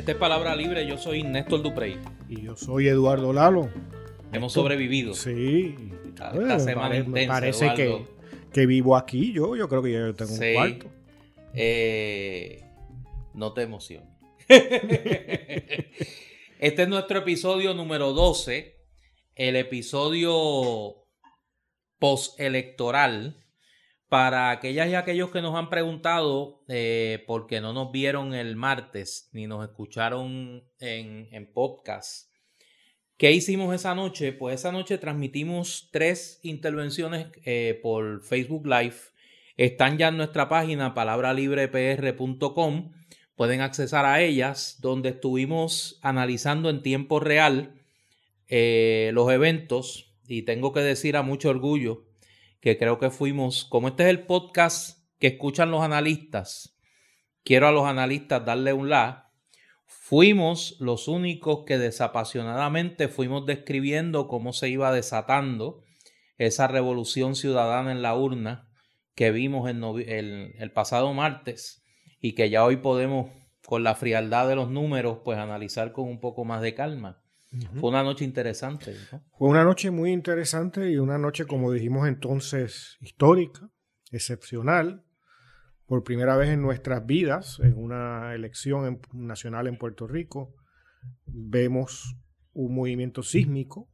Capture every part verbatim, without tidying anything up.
Esta es Palabra Libre, yo soy Néstor Duprey. Y yo soy Eduardo Lalo. Hemos Esto, sobrevivido. Sí. Esta bueno, semana pare, intensa, me parece que, que vivo aquí yo, yo creo que yo tengo sí. un cuarto. Eh, no te emociones. Este es nuestro episodio número doce, el episodio postelectoral. Para aquellas y aquellos que nos han preguntado eh, por qué no nos vieron el martes ni nos escucharon en, en podcast, ¿qué hicimos esa noche? Pues esa noche transmitimos tres intervenciones eh, por Facebook Live. Están ya en nuestra página palabra libre p r punto com. Pueden accesar a ellas, donde estuvimos analizando en tiempo real eh, los eventos. Y tengo que decir a mucho orgullo que creo que fuimos, como este es el podcast que escuchan los analistas, quiero a los analistas darle un la, fuimos los únicos que desapasionadamente fuimos describiendo cómo se iba desatando esa revolución ciudadana en la urna que vimos el, el, el pasado martes y que ya hoy podemos, con la frialdad de los números, pues analizar con un poco más de calma. Uh-huh. Fue una noche interesante, ¿no? Fue una noche muy interesante y una noche, como dijimos entonces, histórica, excepcional, por primera vez en nuestras vidas, en una elección en, nacional en Puerto Rico, vemos un movimiento sísmico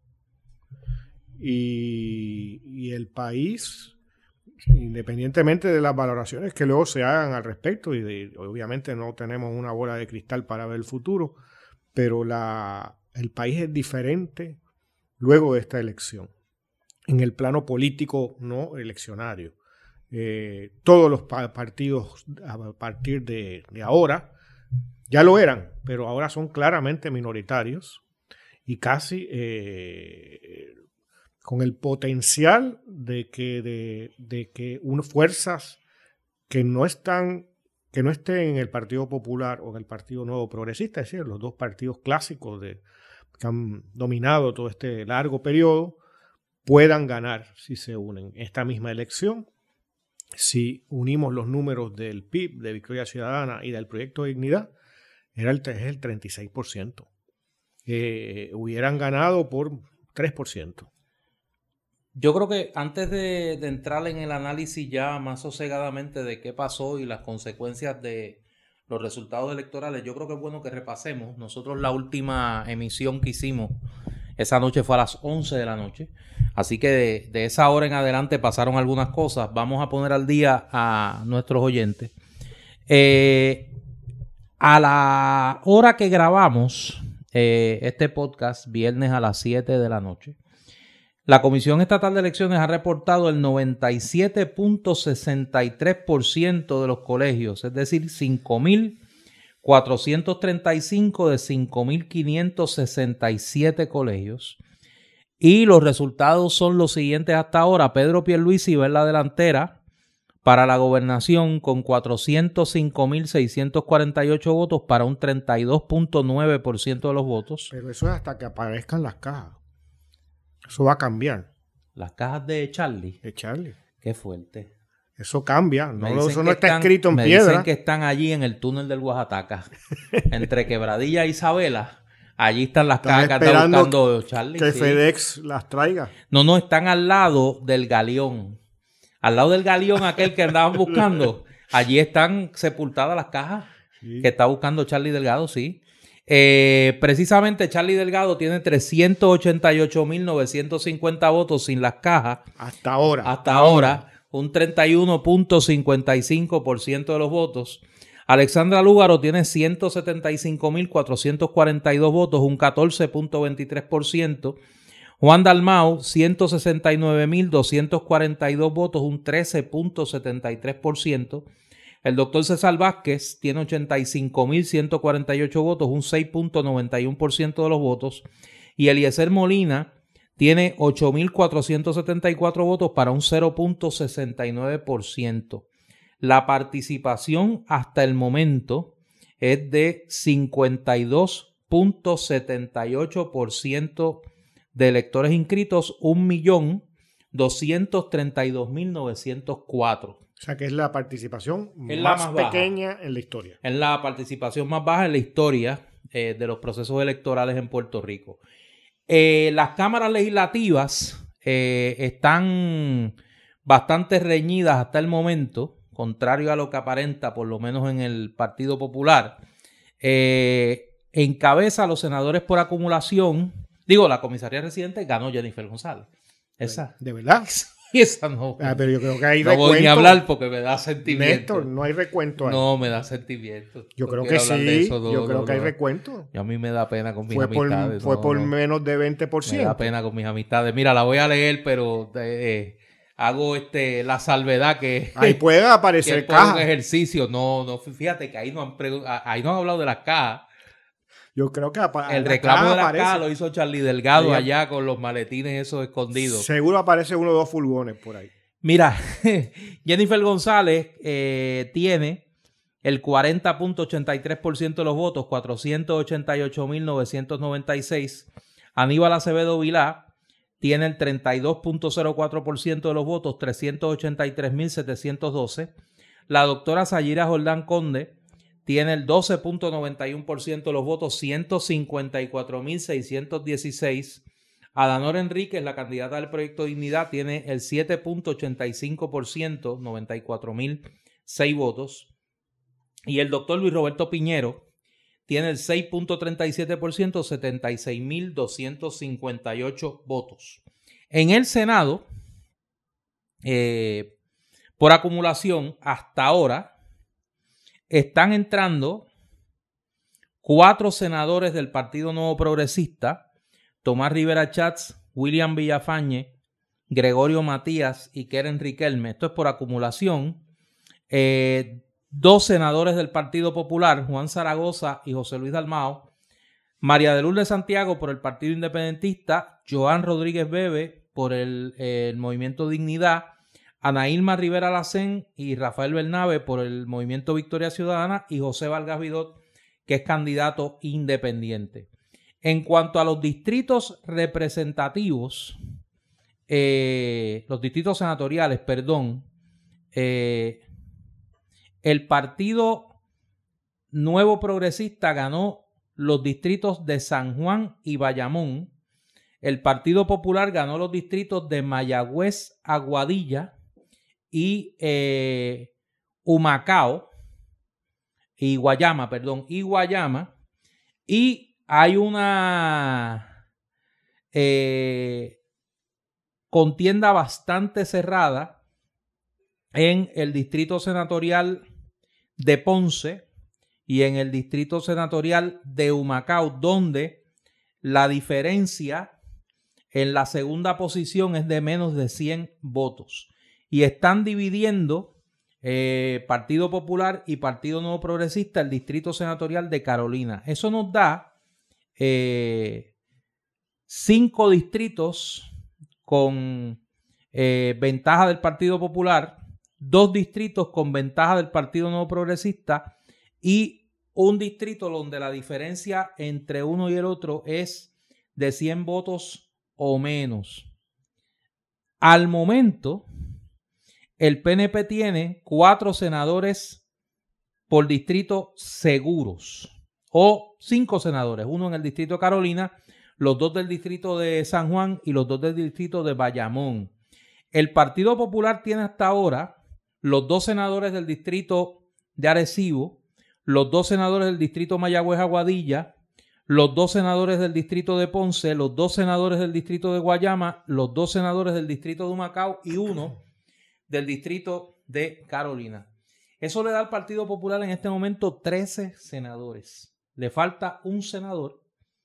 y, y el país, independientemente de las valoraciones que luego se hagan al respecto, y de, obviamente no tenemos una bola de cristal para ver el futuro, pero la... el país es diferente luego de esta elección. En el plano político no eleccionario. Eh, todos los pa- partidos a partir de, de ahora ya lo eran, pero ahora son claramente minoritarios y casi eh, con el potencial de que, de, de que unas fuerzas que no están que no estén en el Partido Popular o en el Partido Nuevo Progresista, es decir, los dos partidos clásicos de que han dominado todo este largo periodo, puedan ganar si se unen. Esta misma elección, si unimos los números del P I B, de Victoria Ciudadana y del Proyecto de Dignidad, era el, es el treinta y seis por ciento. Eh, hubieran ganado por tres por ciento. Yo creo que antes de, de entrar en el análisis ya más sosegadamente de qué pasó y las consecuencias de los resultados electorales, yo creo que es bueno que repasemos. Nosotros la última emisión que hicimos esa noche fue a las once de la noche, así que de, de esa hora en adelante pasaron algunas cosas. Vamos a poner al día a nuestros oyentes. Eh, a la hora que grabamos eh, este podcast, viernes a las siete de la noche, la Comisión Estatal de Elecciones ha reportado el noventa y siete punto sesenta y tres por ciento de los colegios, es decir, cinco mil cuatrocientos treinta y cinco de cinco mil quinientos sesenta y siete colegios. Y los resultados son los siguientes hasta ahora. Pedro Pierluisi va en la delantera para la gobernación con cuatrocientos cinco mil seiscientos cuarenta y ocho votos para un treinta y dos punto nueve por ciento de los votos. Pero eso es hasta que aparezcan las cajas. Eso va a cambiar. Las cajas de Charlie. De Charlie. Qué fuerte. Eso cambia. No, eso no está están, escrito en me piedra. Me dicen que están allí en el túnel del Oaxaca. Entre Quebradilla y Isabela. Allí están las Están cajas que está buscando Charlie. Que sí. FedEx las traiga. No, no, están al lado del galeón. Al lado del galeón aquel que andaban buscando. Allí están sepultadas las cajas sí. que está buscando Charlie Delgado, sí. Eh, precisamente Charlie Delgado tiene trescientos ochenta y ocho mil novecientos cincuenta votos sin las cajas. Hasta ahora. Hasta ahora, un treinta y uno punto cincuenta y cinco por ciento de los votos. Alexandra Lúgaro tiene ciento setenta y cinco mil cuatrocientos cuarenta y dos votos, un catorce punto veintitrés por ciento. Juan Dalmau, ciento sesenta y nueve mil doscientos cuarenta y dos votos, un trece punto setenta y tres por ciento. El doctor César Vázquez tiene ochenta y cinco mil ciento cuarenta y ocho votos, un seis punto noventa y uno por ciento de los votos. Y Eliezer Molina tiene ocho mil cuatrocientos setenta y cuatro votos para un cero punto sesenta y nueve por ciento. La participación hasta el momento es de cincuenta y dos punto setenta y ocho por ciento de electores inscritos, un millón doscientos treinta y dos mil novecientos cuatro. O sea que es la participación es más, la más pequeña baja en la historia. Es la participación más baja en la historia. eh, de los procesos electorales en Puerto Rico. Eh, las cámaras legislativas eh, están bastante reñidas hasta el momento, contrario a lo que aparenta, por lo menos en el Partido Popular. Eh, encabeza a los senadores por acumulación. Digo, la comisaría residente ganó Jennifer González. Esa. ¿De verdad? Esa no. Ah, pero yo creo que hay no recuento. voy ni a hablar porque me da sentimiento. Néstor, no hay recuento ahí. No, me da sentimiento. Yo no creo que sí. Eso, no, yo creo no, que hay no. recuento. Y a mí me da pena con mis fue amistades. Por, fue no, por no. menos de veinte por ciento. Me da pena con mis amistades. Mira, la voy a leer, pero eh, hago este la salvedad que... Ahí puede aparecer caja. un ejercicio. No, no, fíjate que ahí no han, ahí no han hablado de las cajas. Yo creo que el reclamo de las cajas lo hizo Charlie Delgado ahí, allá con los maletines esos escondidos. Seguro aparece uno o dos furgones por ahí. Mira, Jennifer González eh, tiene el cuarenta punto ochenta y tres por ciento de los votos, cuatrocientos ochenta y ocho mil novecientos noventa y seis. Aníbal Acevedo Vilá tiene el treinta y dos punto cero cuatro por ciento de los votos, trescientos ochenta y tres mil setecientos doce. La doctora Sayira Jordán Conde tiene el doce punto noventa y uno por ciento de los votos, ciento cincuenta y cuatro mil seiscientos dieciséis. Adanor Enríquez, la candidata del Proyecto Dignidad, tiene el siete punto ochenta y cinco por ciento, noventa y cuatro mil seis votos. Y el doctor Luis Roberto Piñero tiene el seis punto treinta y siete por ciento, setenta y seis mil doscientos cincuenta y ocho votos. En el Senado, eh, por acumulación, hasta ahora, están entrando cuatro senadores del Partido Nuevo Progresista: Tomás Rivera Chats, William Villafañe, Gregorio Matías y Keren Riquelme. Esto es por acumulación. Eh, dos senadores del Partido Popular, Juan Zaragoza y José Luis Dalmao. María de Lourdes Santiago por el Partido Independentista, Joan Rodríguez Bebe por el, el Movimiento Dignidad, Ana Irma Rivera Lacén y Rafael Bernabe por el Movimiento Victoria Ciudadana y José Vargas Vidot, que es candidato independiente. En cuanto a los distritos representativos, eh, los distritos senatoriales, perdón, eh, el Partido Nuevo Progresista ganó los distritos de San Juan y Bayamón. El Partido Popular ganó los distritos de Mayagüez, Aguadilla y eh, Humacao y Guayama, perdón, y Guayama. Y hay una eh, contienda bastante cerrada en el distrito senatorial de Ponce y en el distrito senatorial de Humacao, donde la diferencia en la segunda posición es de menos de cien votos. Y están dividiendo eh, Partido Popular y Partido Nuevo Progresista el distrito senatorial de Carolina. Eso nos da eh, cinco distritos con eh, ventaja del Partido Popular, dos distritos con ventaja del Partido Nuevo Progresista y un distrito donde la diferencia entre uno y el otro es de cien votos o menos. Al momento, el P N P tiene cuatro senadores por distrito seguros, o cinco senadores, uno en el distrito de Carolina, los dos del distrito de San Juan y los dos del distrito de Bayamón. El Partido Popular tiene hasta ahora los dos senadores del distrito de Arecibo, los dos senadores del distrito Mayagüez-Aguadilla, los dos senadores del distrito de Ponce, los dos senadores del distrito de Guayama, los dos senadores del distrito de Humacao y uno del distrito de Carolina. Eso le da al Partido Popular en este momento trece senadores. Le falta un senador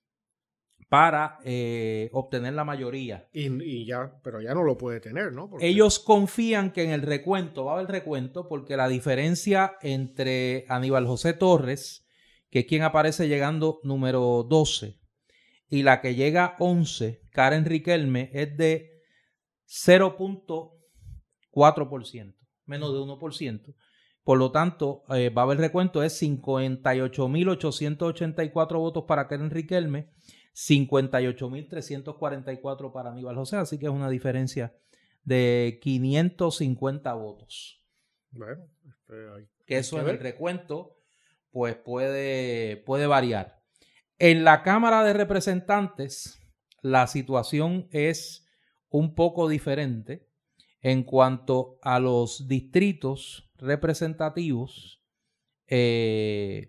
para eh, obtener la mayoría. Y, y ya, pero ya no lo puede tener, ¿no? Porque ellos confían que en el recuento, va a haber recuento, porque la diferencia entre Aníbal José Torres, que es quien aparece llegando número doce, y la que llega once, Keren Riquelme, es de cero punto cuatro por ciento, menos de uno por ciento. Por lo tanto, eh, va a haber recuento, es cincuenta y ocho mil ochocientos ochenta y cuatro votos para Keren Riquelme, cincuenta y ocho mil trescientos cuarenta y cuatro para Aníbal José, así que es una diferencia de quinientos cincuenta votos. Bueno, este, hay, que eso en el recuento pues puede, puede variar. En la Cámara de Representantes, la situación es un poco diferente en cuanto a los distritos representativos. Eh,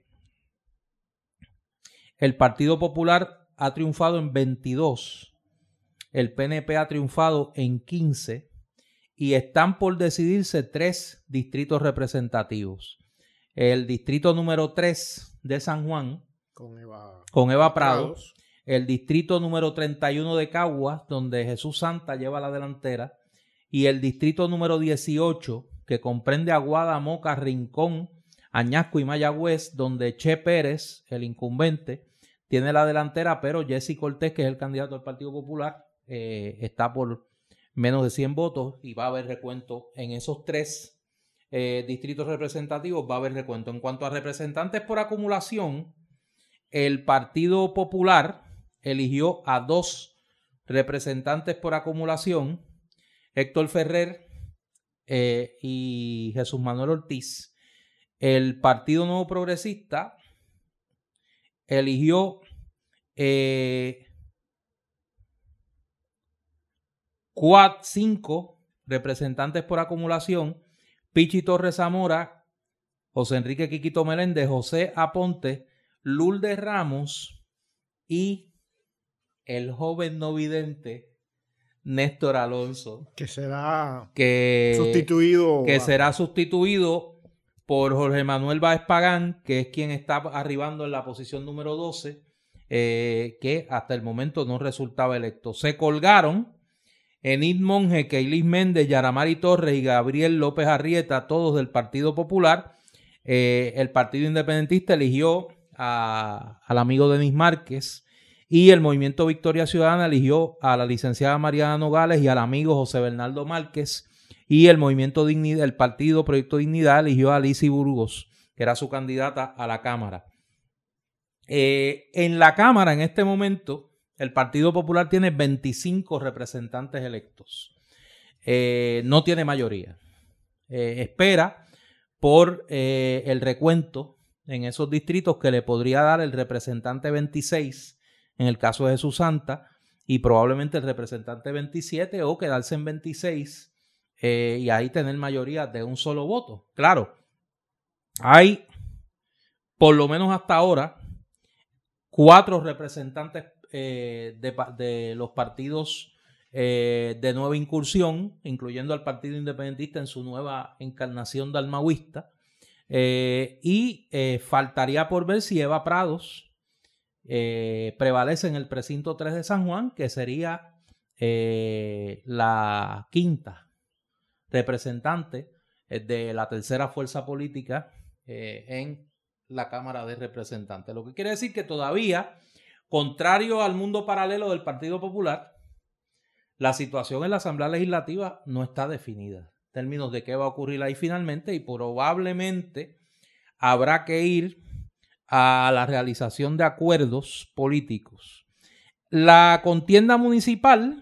el Partido Popular ha triunfado en veintidós, el P N P ha triunfado en quince y están por decidirse tres distritos representativos. El distrito número tres de San Juan, con Eva, con Eva Prado, Prados. El distrito número treinta y uno de Caguas, donde Jesús Santa lleva la delantera, y el distrito número dieciocho, que comprende Aguada, Moca, Rincón, Añasco y Mayagüez, donde Che Pérez, el incumbente, tiene la delantera, pero Jesse Cortés, que es el candidato del Partido Popular, eh, está por menos de cien votos y va a haber recuento en esos tres eh, distritos representativos, va a haber recuento. En cuanto a representantes por acumulación, el Partido Popular eligió a dos representantes por acumulación, Héctor Ferrer eh, y Jesús Manuel Ortiz. El Partido Nuevo Progresista eligió eh, cuatro, cinco representantes por acumulación, Pichi Torres Zamora, José Enrique Quiquito Meléndez, José Aponte, Lourdes Ramos y el joven no vidente Néstor Alonso, que será que, sustituido que a... será sustituido por Jorge Manuel Báez Pagán, que es quien está arribando en la posición número doce, eh, que hasta el momento no resultaba electo. Se colgaron Enid Monge, Keilis Méndez, Yaramari Torres y Gabriel López Arrieta, todos del Partido Popular. Eh, el Partido Independentista eligió a, al amigo Denis Márquez, y el Movimiento Victoria Ciudadana eligió a la licenciada Mariana Nogales y al amigo José Bernardo Márquez, y el Movimiento Dignidad, el Partido Proyecto Dignidad eligió a Lizy Burgos, que era su candidata a la Cámara. Eh, en la Cámara, en este momento, el Partido Popular tiene veinticinco representantes electos. Eh, no tiene mayoría. Eh, espera por eh, el recuento en esos distritos que le podría dar el representante veintiséis, en el caso de Jesús Santa, y probablemente el representante veintisiete, o quedarse en veintiséis eh, y ahí tener mayoría de un solo voto. Claro, hay por lo menos hasta ahora cuatro representantes eh, de, de los partidos eh, de nueva incursión, incluyendo al Partido Independentista en su nueva encarnación dalmauista, eh, y eh, faltaría por ver si Eva Prados Eh, prevalece en el precinto tres de San Juan, que sería eh, la quinta representante eh, de la tercera fuerza política eh, en la Cámara de Representantes. Lo que quiere decir que todavía, contrario al mundo paralelo del Partido Popular, la situación en la Asamblea Legislativa no está definida en términos de qué va a ocurrir ahí finalmente, y probablemente habrá que ir a la realización de acuerdos políticos. La contienda municipal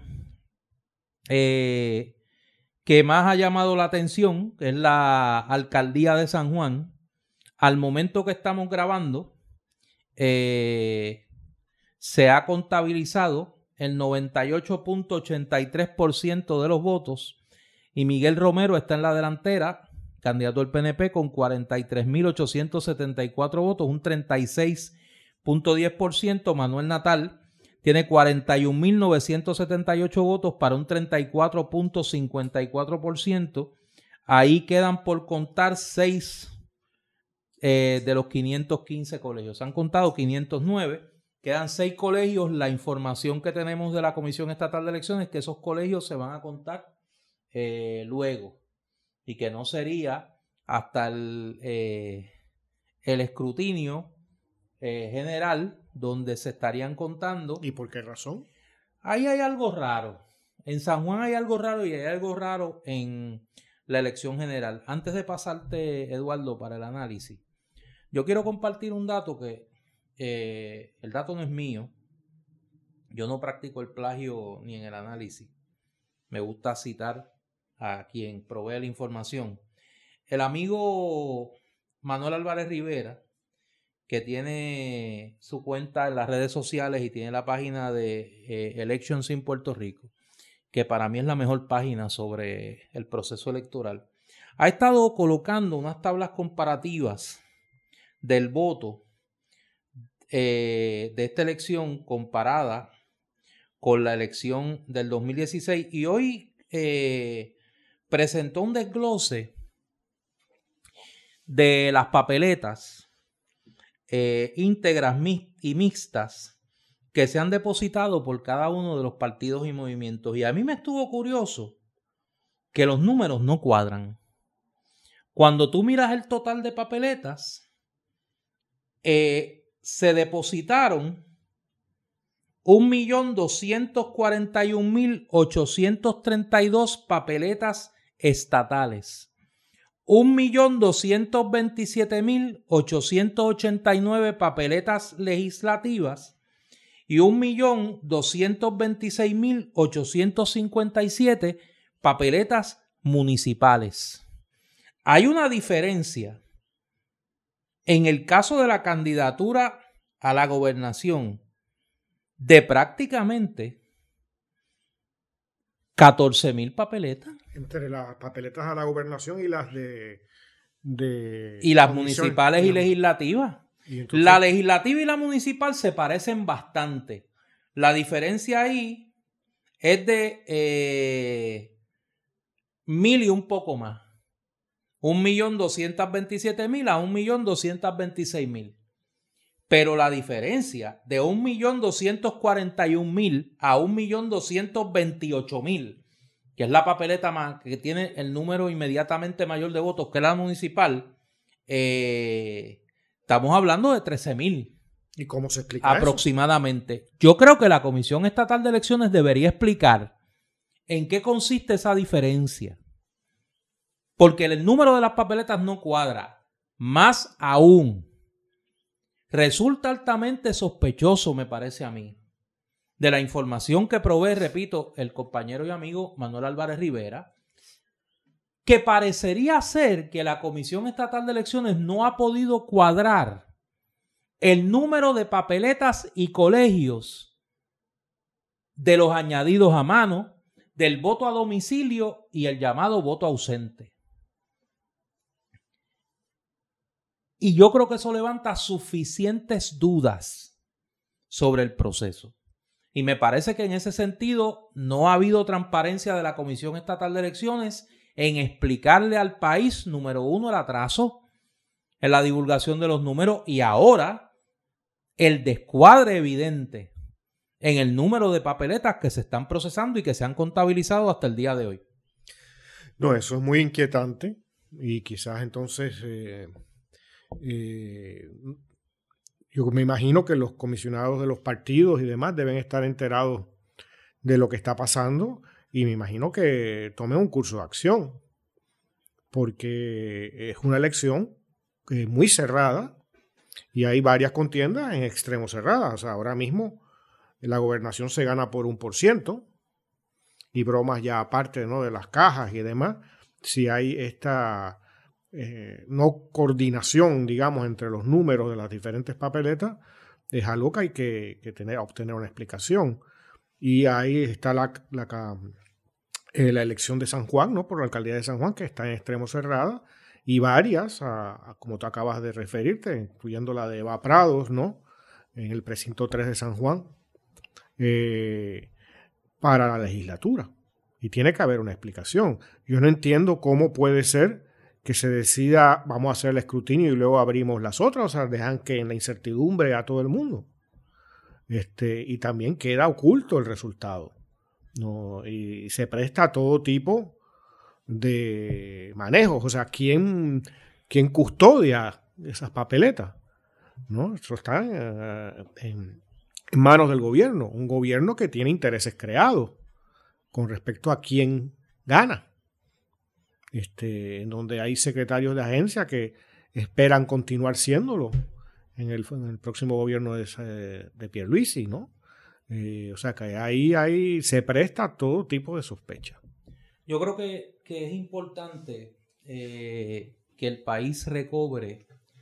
eh, que más ha llamado la atención, que es la alcaldía de San Juan, al momento que estamos grabando, eh, se ha contabilizado el noventa y ocho punto ochenta y tres por ciento de los votos, y Miguel Romero está en la delantera, candidato del P N P, con cuarenta y tres mil ochocientos setenta y cuatro votos, un treinta y seis punto diez por ciento. Manuel Natal tiene cuarenta y un mil novecientos setenta y ocho votos para un treinta y cuatro punto cincuenta y cuatro por ciento. Ahí quedan por contar seis eh, de los quinientos quince colegios. Se han contado quinientos nueve, quedan seis colegios. La información que tenemos de la Comisión Estatal de Elecciones es que esos colegios se van a contar eh, luego, y que no sería hasta el, eh, el escrutinio eh, general donde se estarían contando. ¿Y por qué razón? Ahí hay algo raro. En San Juan hay algo raro, y hay algo raro en la elección general. Antes de pasarte, Eduardo, para el análisis, yo quiero compartir un dato que eh, el dato no es mío. Yo no practico el plagio ni en el análisis. Me gusta citar a quien provee la información. El amigo Manuel Álvarez Rivera, que tiene su cuenta en las redes sociales y tiene la página de eh, Elections in Puerto Rico, que para mí es la mejor página sobre el proceso electoral, ha estado colocando unas tablas comparativas del voto eh, de esta elección comparada con la elección del dos mil dieciséis, y hoy eh, presentó un desglose de las papeletas eh, íntegras y mixtas que se han depositado por cada uno de los partidos y movimientos. Y a mí me estuvo curioso que los números no cuadran. Cuando tú miras el total de papeletas, eh, se depositaron un millón doscientos cuarenta y un mil ochocientos treinta y dos papeletas estatales, un millón doscientos veintisiete mil ochocientos ochenta y nueve papeletas legislativas y un millón doscientos veintiséis mil ochocientos cincuenta y siete papeletas municipales. Hay una diferencia en el caso de la candidatura a la gobernación de prácticamente catorce mil papeletas. Entre las papeletas a la gobernación y las de... de y las municipales y legislativas. ¿Y entonces? La legislativa y la municipal se parecen bastante. La diferencia ahí es de eh, mil y un poco más. Un millón doscientos veintisiete mil a un millón doscientos veintiséis mil. Pero la diferencia de un millón doscientos cuarenta y un mil a un millón doscientos veintiocho mil, que es la papeleta más, que tiene el número inmediatamente mayor de votos que la municipal, eh, estamos hablando de trece mil. ¿Y cómo se explica aproximadamente eso? Yo creo que la Comisión Estatal de Elecciones debería explicar en qué consiste esa diferencia. Porque el número de las papeletas no cuadra. Más aún, resulta altamente sospechoso, me parece a mí, de la información que provee, repito, el compañero y amigo Manuel Álvarez Rivera, que parecería ser que la Comisión Estatal de Elecciones no ha podido cuadrar el número de papeletas y colegios de los añadidos a mano, del voto a domicilio y el llamado voto ausente. Y yo creo que eso levanta suficientes dudas sobre el proceso. Y me parece que en ese sentido no ha habido transparencia de la Comisión Estatal de Elecciones en explicarle al país, número uno, el atraso en la divulgación de los números y ahora el descuadre evidente en el número de papeletas que se están procesando y que se han contabilizado hasta el día de hoy. No, eso es muy inquietante y quizás entonces... Eh... Eh, yo me imagino que los comisionados de los partidos y demás deben estar enterados de lo que está pasando y me imagino que tomen un curso de acción porque es una elección eh, muy cerrada y hay varias contiendas en extremo cerradas. O sea, ahora mismo la gobernación se gana por un por ciento y bromas ya aparte, ¿no?, de las cajas y demás. Si hay esta... Eh, no coordinación, digamos, entre los números de las diferentes papeletas, es algo que hay que, que tener, obtener una explicación. Y ahí está la, la, eh, la elección de San Juan, ¿no?, por la alcaldía de San Juan, que está en extremo cerrada, y varias, a, a, como tú acabas de referirte, incluyendo la de Eva Prados, ¿no?, en el precinto tres de San Juan, eh, para la legislatura. Y tiene que haber una explicación. Yo no entiendo cómo puede ser que se decida, vamos a hacer el escrutinio y luego abrimos las otras, o sea, dejan que en la incertidumbre a todo el mundo. Este, y también queda oculto el resultado, ¿no? Y se presta a todo tipo de manejos. O sea, ¿quién, quién custodia esas papeletas? ¿No? Eso está uh, en, en manos del gobierno, un gobierno que tiene intereses creados con respecto a quién gana. Este, en donde hay secretarios de agencia que esperan continuar siéndolo en el, en el próximo gobierno de, de Pierluisi, ¿no? Eh, o sea, que ahí, ahí se presta todo tipo de sospecha. Yo creo que, que es importante eh, que el país recobre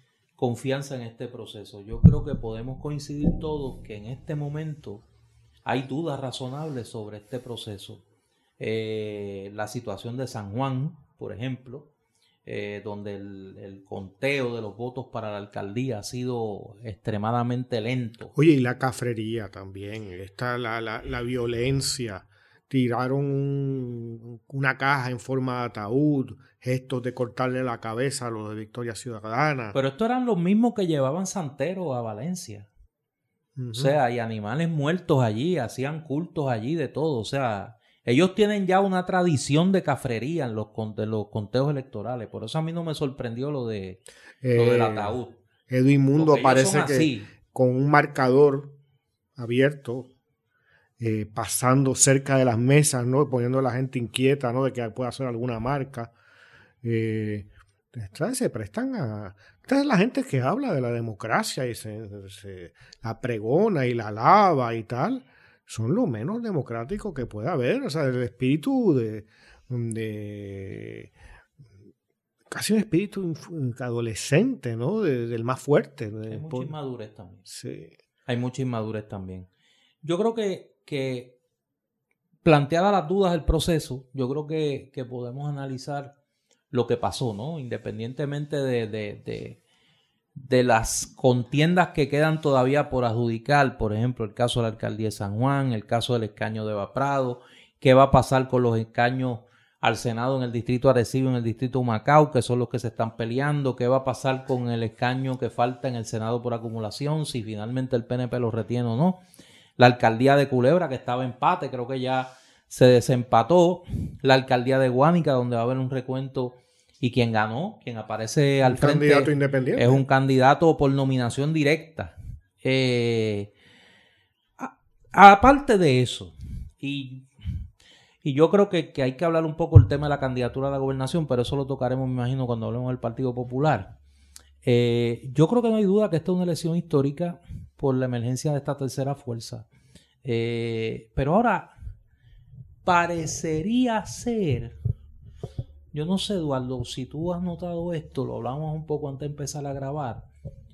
confianza en este proceso. Yo creo que podemos coincidir todos que en este momento hay dudas razonables sobre este proceso. Eh, la situación de San Juan, por ejemplo, eh, donde el, el conteo de los votos para la alcaldía ha sido extremadamente lento. Oye, y la cafrería también, está la, la, la violencia. Tiraron un, una caja en forma de ataúd, gestos de cortarle la cabeza a los de Victoria Ciudadana. Pero estos eran los mismos que llevaban santeros a Valencia. Uh-huh. O sea, y animales muertos allí, hacían cultos allí de todo. O sea, ellos tienen ya una tradición de cafrería en los, de los conteos electorales. Por eso a mí no me sorprendió lo, de, eh, lo del ataúd. Edwin Mundo parece que así, con un marcador abierto, Eh, pasando cerca de las mesas, ¿no? Poniendo a la gente inquieta, ¿no? De que pueda hacer alguna marca. Eh, se prestan a... Esta es la gente que habla de la democracia y se, se la pregona y la alaba y tal. Son lo menos democrático que pueda haber. O sea, el espíritu de... de casi un espíritu adolescente, ¿no? De, del más fuerte. Hay mucha por... inmadurez también. Sí. Hay mucha inmadurez también. Yo creo que que planteadas las dudas del proceso, yo creo que, que podemos analizar lo que pasó, ¿no? Independientemente de, de, de, de las contiendas que quedan todavía por adjudicar, por ejemplo, el caso de la alcaldía de San Juan, el caso del escaño de Eva Prado, qué va a pasar con los escaños al Senado en el distrito Arecibo, en el distrito Humacao, que son los que se están peleando, qué va a pasar con el escaño que falta en el Senado por acumulación, si finalmente el P N P lo retiene o no. La alcaldía de Culebra, que estaba en empate, creo que ya se desempató. La alcaldía de Guánica, donde va a haber un recuento, y quien ganó, quien aparece al frente, candidato independiente, es un candidato por nominación directa. Eh, a, aparte de eso, y, y yo creo que, que hay que hablar un poco del tema de la candidatura a la gobernación, pero eso lo tocaremos, me imagino, cuando hablemos del Partido Popular. Eh, yo creo que no hay duda que esta es una elección histórica por la emergencia de esta tercera fuerza. Eh, pero ahora, parecería ser, yo no sé, Eduardo, si tú has notado esto, lo hablamos un poco antes de empezar a grabar,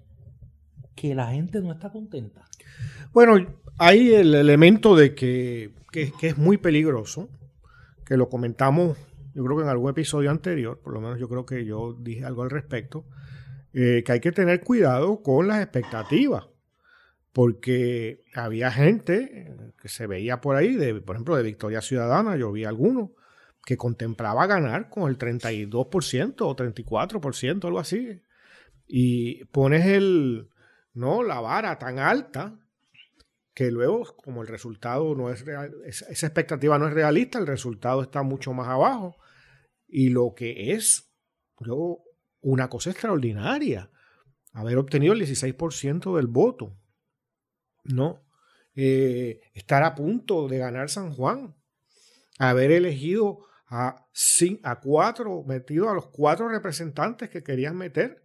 que la gente no está contenta. Bueno, hay el elemento de que, que, que es muy peligroso, que lo comentamos, yo creo que en algún episodio anterior, por lo menos yo creo que yo dije algo al respecto, eh, que hay que tener cuidado con las expectativas. Porque había gente que se veía por ahí, de, por ejemplo, de Victoria Ciudadana, yo vi algunos, que contemplaba ganar con el treinta y dos por ciento o treinta y cuatro por ciento, algo así. Y pones el, ¿no? la vara tan alta que luego, como el resultado no es real, esa expectativa no es realista, el resultado está mucho más abajo. Y lo que es luego una cosa extraordinaria, haber obtenido el dieciséis por ciento del voto. ¿No? Eh, estar a punto de ganar San Juan, haber elegido a, a cuatro, metido a los cuatro representantes que querían meter,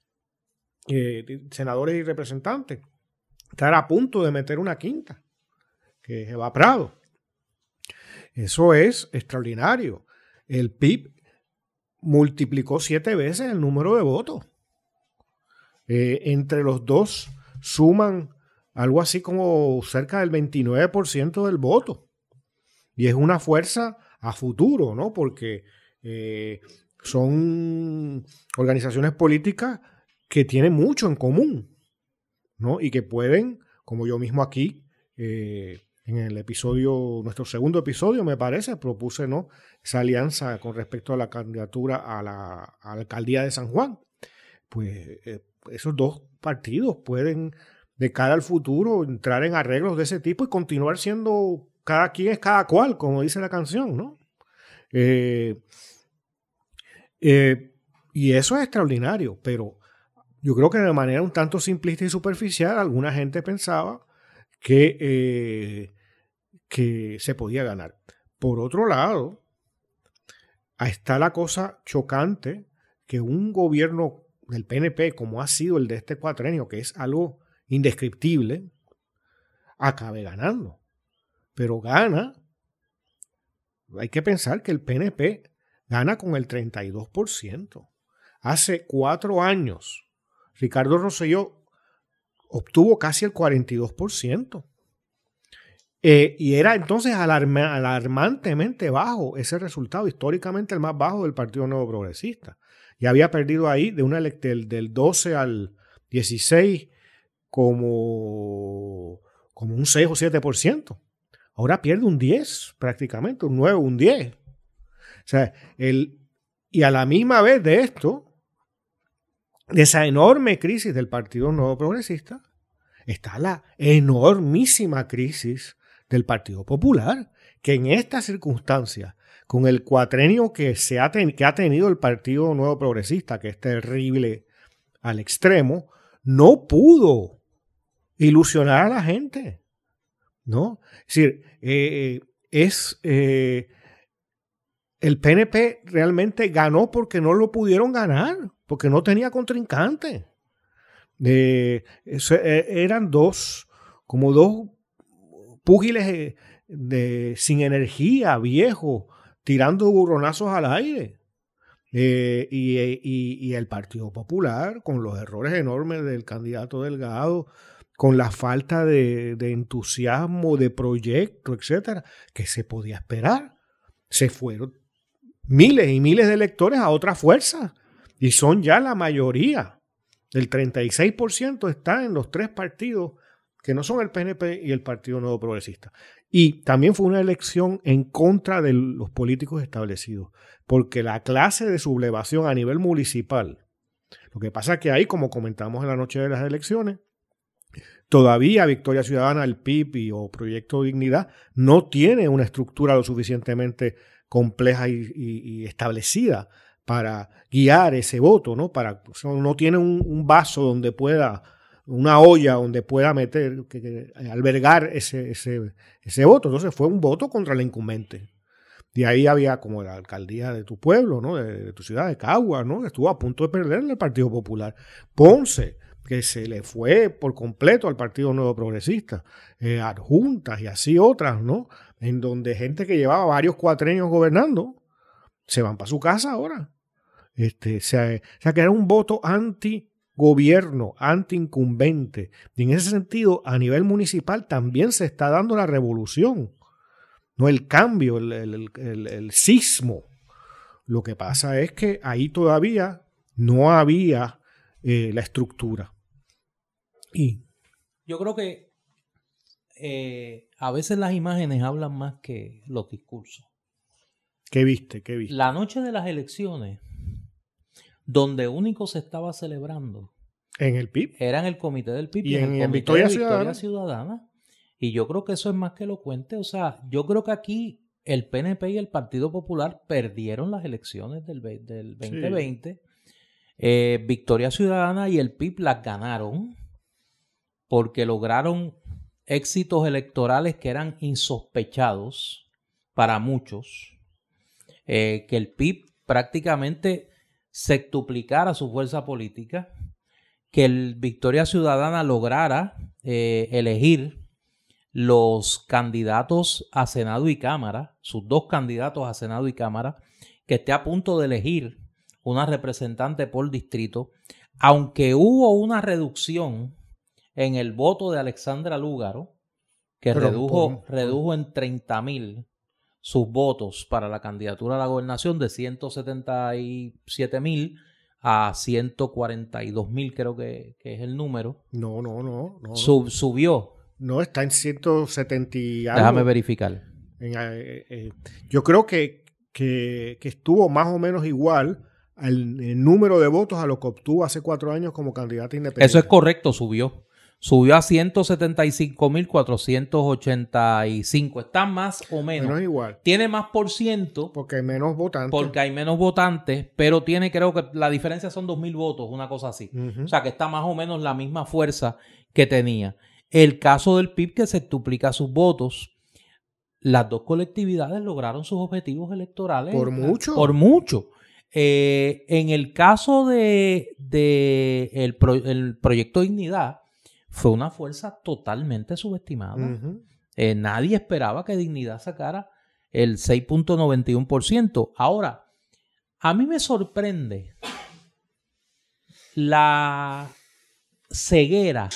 eh, senadores y representantes, estar a punto de meter una quinta, que es Eva Prado. Eso es extraordinario. El P I B multiplicó siete veces el número de votos. Eh, entre los dos suman algo así como cerca del veintinueve por ciento del voto. Y es una fuerza a futuro, ¿no? Porque eh, son organizaciones políticas que tienen mucho en común, ¿no? Y que pueden, como yo mismo aquí, eh, en el episodio, nuestro segundo episodio, me parece, propuse, ¿no? Esa alianza con respecto a la candidatura a la, a la alcaldía de San Juan. Pues eh, esos dos partidos pueden, de cara al futuro, entrar en arreglos de ese tipo y continuar siendo cada quien es cada cual, como dice la canción, ¿no? Eh, eh, y eso es extraordinario, pero yo creo que de manera un tanto simplista y superficial, alguna gente pensaba que, eh, que se podía ganar. Por otro lado, está la cosa chocante que un gobierno del P N P, como ha sido el de este cuatrenio, que es algo indescriptible, acabe ganando. Pero gana, hay que pensar que el P N P gana con el treinta y dos por ciento. Hace cuatro años Ricardo Rosselló obtuvo casi el cuarenta y dos por ciento. Eh, y era entonces alarma, alarmantemente bajo ese resultado, históricamente el más bajo del Partido Nuevo Progresista. Y había perdido ahí de una del, del doce al dieciséis como, como un seis o siete por ciento. Ahora pierde un diez prácticamente, un nueve, un diez. O sea, el, y a la misma vez de esto, de esa enorme crisis del Partido Nuevo Progresista, está la enormísima crisis del Partido Popular, que en estas circunstancias, con el cuatrenio que, se ha, ten, que ha tenido el Partido Nuevo Progresista, que es terrible al extremo, no pudo ilusionar a la gente, ¿no? Es decir, eh, es, eh, el P N P realmente ganó porque no lo pudieron ganar, porque no tenía contrincante. Eh, eso, eh, eran dos, como dos púgiles de, de, sin energía, viejos, tirando burronazos al aire. Eh, y, y, y el Partido Popular, con los errores enormes del candidato Delgado, con la falta de, de entusiasmo, de proyecto, etcétera, que se podía esperar. Se fueron miles y miles de electores a otras fuerzas y son ya la mayoría. El treinta y seis por ciento está en los tres partidos que no son el P N P y el Partido Nuevo Progresista. Y también fue una elección en contra de los políticos establecidos, porque la clase de sublevación a nivel municipal, lo que pasa es que ahí, como comentamos en la noche de las elecciones, todavía Victoria Ciudadana, el P I B y, o Proyecto Dignidad no tiene una estructura lo suficientemente compleja y, y, y establecida para guiar ese voto, ¿no? Para, no tiene un, un vaso donde pueda, una olla donde pueda meter, que, que, albergar ese, ese, ese voto. Entonces fue un voto contra el incumbente. De ahí había como la alcaldía de tu pueblo, ¿no? De, de tu ciudad, de Caguas, ¿no? Estuvo a punto de perder en el Partido Popular. Ponce, que se le fue por completo al Partido Nuevo Progresista, eh, adjuntas y así otras, ¿no? En donde gente que llevaba varios cuatrenios gobernando se van para su casa ahora. Este, o sea, o sea, que era un voto anti-gobierno, anti-incumbente. Y en ese sentido, a nivel municipal también se está dando la revolución, no el cambio, el, el, el, el sismo. Lo que pasa es que ahí todavía no había eh, la estructura. Y yo creo que eh, a veces las imágenes hablan más que los discursos. ¿Qué viste? ¿Qué viste? La noche de las elecciones, donde único se estaba celebrando en el P I B, era en el comité del P I B y, y en, en, el en comité Victoria, de Ciudadana. Victoria Ciudadana. Y yo creo que eso es más que elocuente. O sea, yo creo que aquí el P N P y el Partido Popular perdieron las elecciones del, del veinte veinte. Sí. Eh, Victoria Ciudadana y el P I B las ganaron porque lograron éxitos electorales que eran insospechados para muchos. Eh, que el P I B prácticamente sextuplicara su fuerza política, que el Victoria Ciudadana lograra eh, elegir los candidatos a Senado y Cámara, sus dos candidatos a Senado y Cámara, que esté a punto de elegir una representante por distrito, aunque hubo una reducción en el voto de Alexandra Lúgaro, que Pero, redujo, por, redujo en treinta mil sus votos para la candidatura a la gobernación de ciento setenta y siete mil a ciento cuarenta y dos mil, creo que, que es el número. No, no, no. no, Sub, no. Subió. No, está en ciento setenta y algo. Déjame verificar. En, eh, eh, yo creo que, que, que estuvo más o menos igual al el número de votos a lo que obtuvo hace cuatro años como candidata independiente. Eso es correcto, subió. Subió a ciento setenta y cinco mil cuatrocientos ochenta y cinco. Está más o menos. Menos igual. Tiene más por ciento. Porque hay menos votantes. Porque hay menos votantes, pero tiene, creo que la diferencia son dos mil votos, una cosa así. Uh-huh. O sea, que está más o menos la misma fuerza que tenía. El caso del P I B, que se duplica sus votos, las dos colectividades lograron sus objetivos electorales. Por mucho. Por mucho. Eh, en el caso de, de el, pro, el Proyecto Dignidad, fue una fuerza totalmente subestimada. Uh-huh. Eh, nadie esperaba que Dignidad sacara el seis punto noventa y uno por ciento. Ahora, a mí me sorprende la ceguera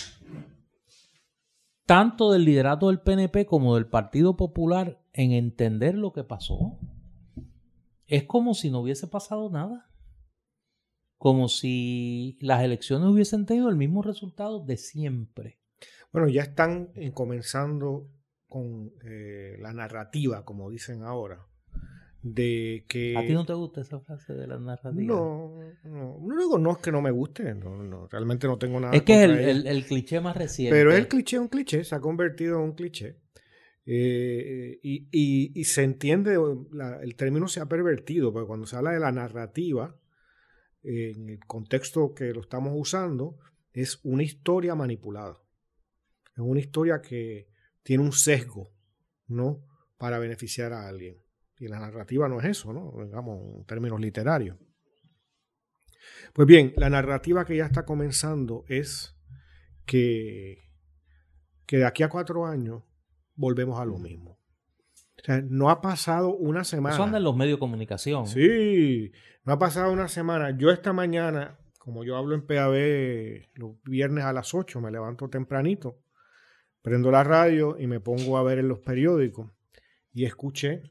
tanto del liderato del P N P como del Partido Popular en entender lo que pasó. Es como si no hubiese pasado nada. Como si las elecciones hubiesen tenido el mismo resultado de siempre. Bueno, ya están eh, comenzando con eh, la narrativa, como dicen ahora, de que... ¿A ti no te gusta esa frase de la narrativa? No, no, no digo no es que no me guste, no, no, realmente no tengo nada. Es que es el, el, el cliché más reciente. Pero el cliché es un cliché, se ha convertido en un cliché. Eh, y, y, y se entiende, la, el término se ha pervertido, porque cuando se habla de la narrativa, eh, en el contexto que lo estamos usando, es una historia manipulada. Es una historia que tiene un sesgo, ¿no? Para beneficiar a alguien. Y la narrativa no es eso, ¿no? Digamos, en términos literarios. Pues bien, la narrativa que ya está comenzando es que, que de aquí a cuatro años volvemos a lo mismo. O sea, no ha pasado una semana. Eso anda en los medios de comunicación. Sí, no ha pasado una semana. Yo esta mañana, como yo hablo en P A B los viernes a las ocho, me levanto tempranito, prendo la radio y me pongo a ver en los periódicos y escuché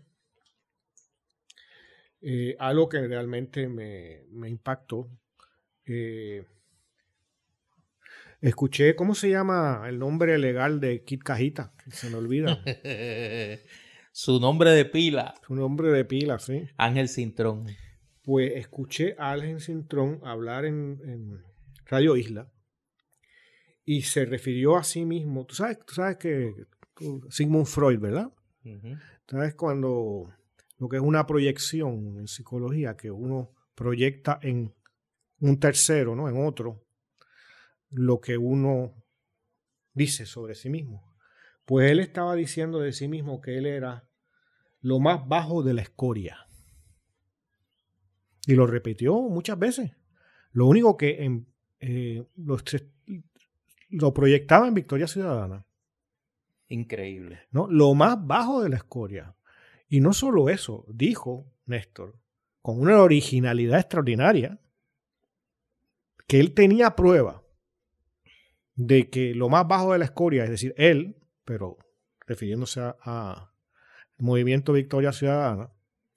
eh, algo que realmente me, me impactó. Eh, escuché, ¿cómo se llama el nombre legal de Kit Cajita? Que se me olvida. Su nombre de pila. Su nombre de pila, sí. Ángel Cintrón. Pues escuché a Ángel Cintrón hablar en, en Radio Isla y se refirió a sí mismo. Tú sabes, tú sabes que Sigmund Freud, ¿verdad? Uh-huh. Sabes cuando lo que es una proyección en psicología, que uno proyecta en un tercero, ¿no? En otro, lo que uno dice sobre sí mismo. Pues él estaba diciendo de sí mismo que él era lo más bajo de la escoria. Y lo repitió muchas veces. Lo único que en, eh, lo, lo proyectaba en Victoria Ciudadana. Increíble. ¿No? Lo más bajo de la escoria. Y no solo eso, dijo Néstor, con una originalidad extraordinaria, que él tenía prueba de que lo más bajo de la escoria, es decir, él, pero refiriéndose a, a Movimiento Victoria Ciudadana,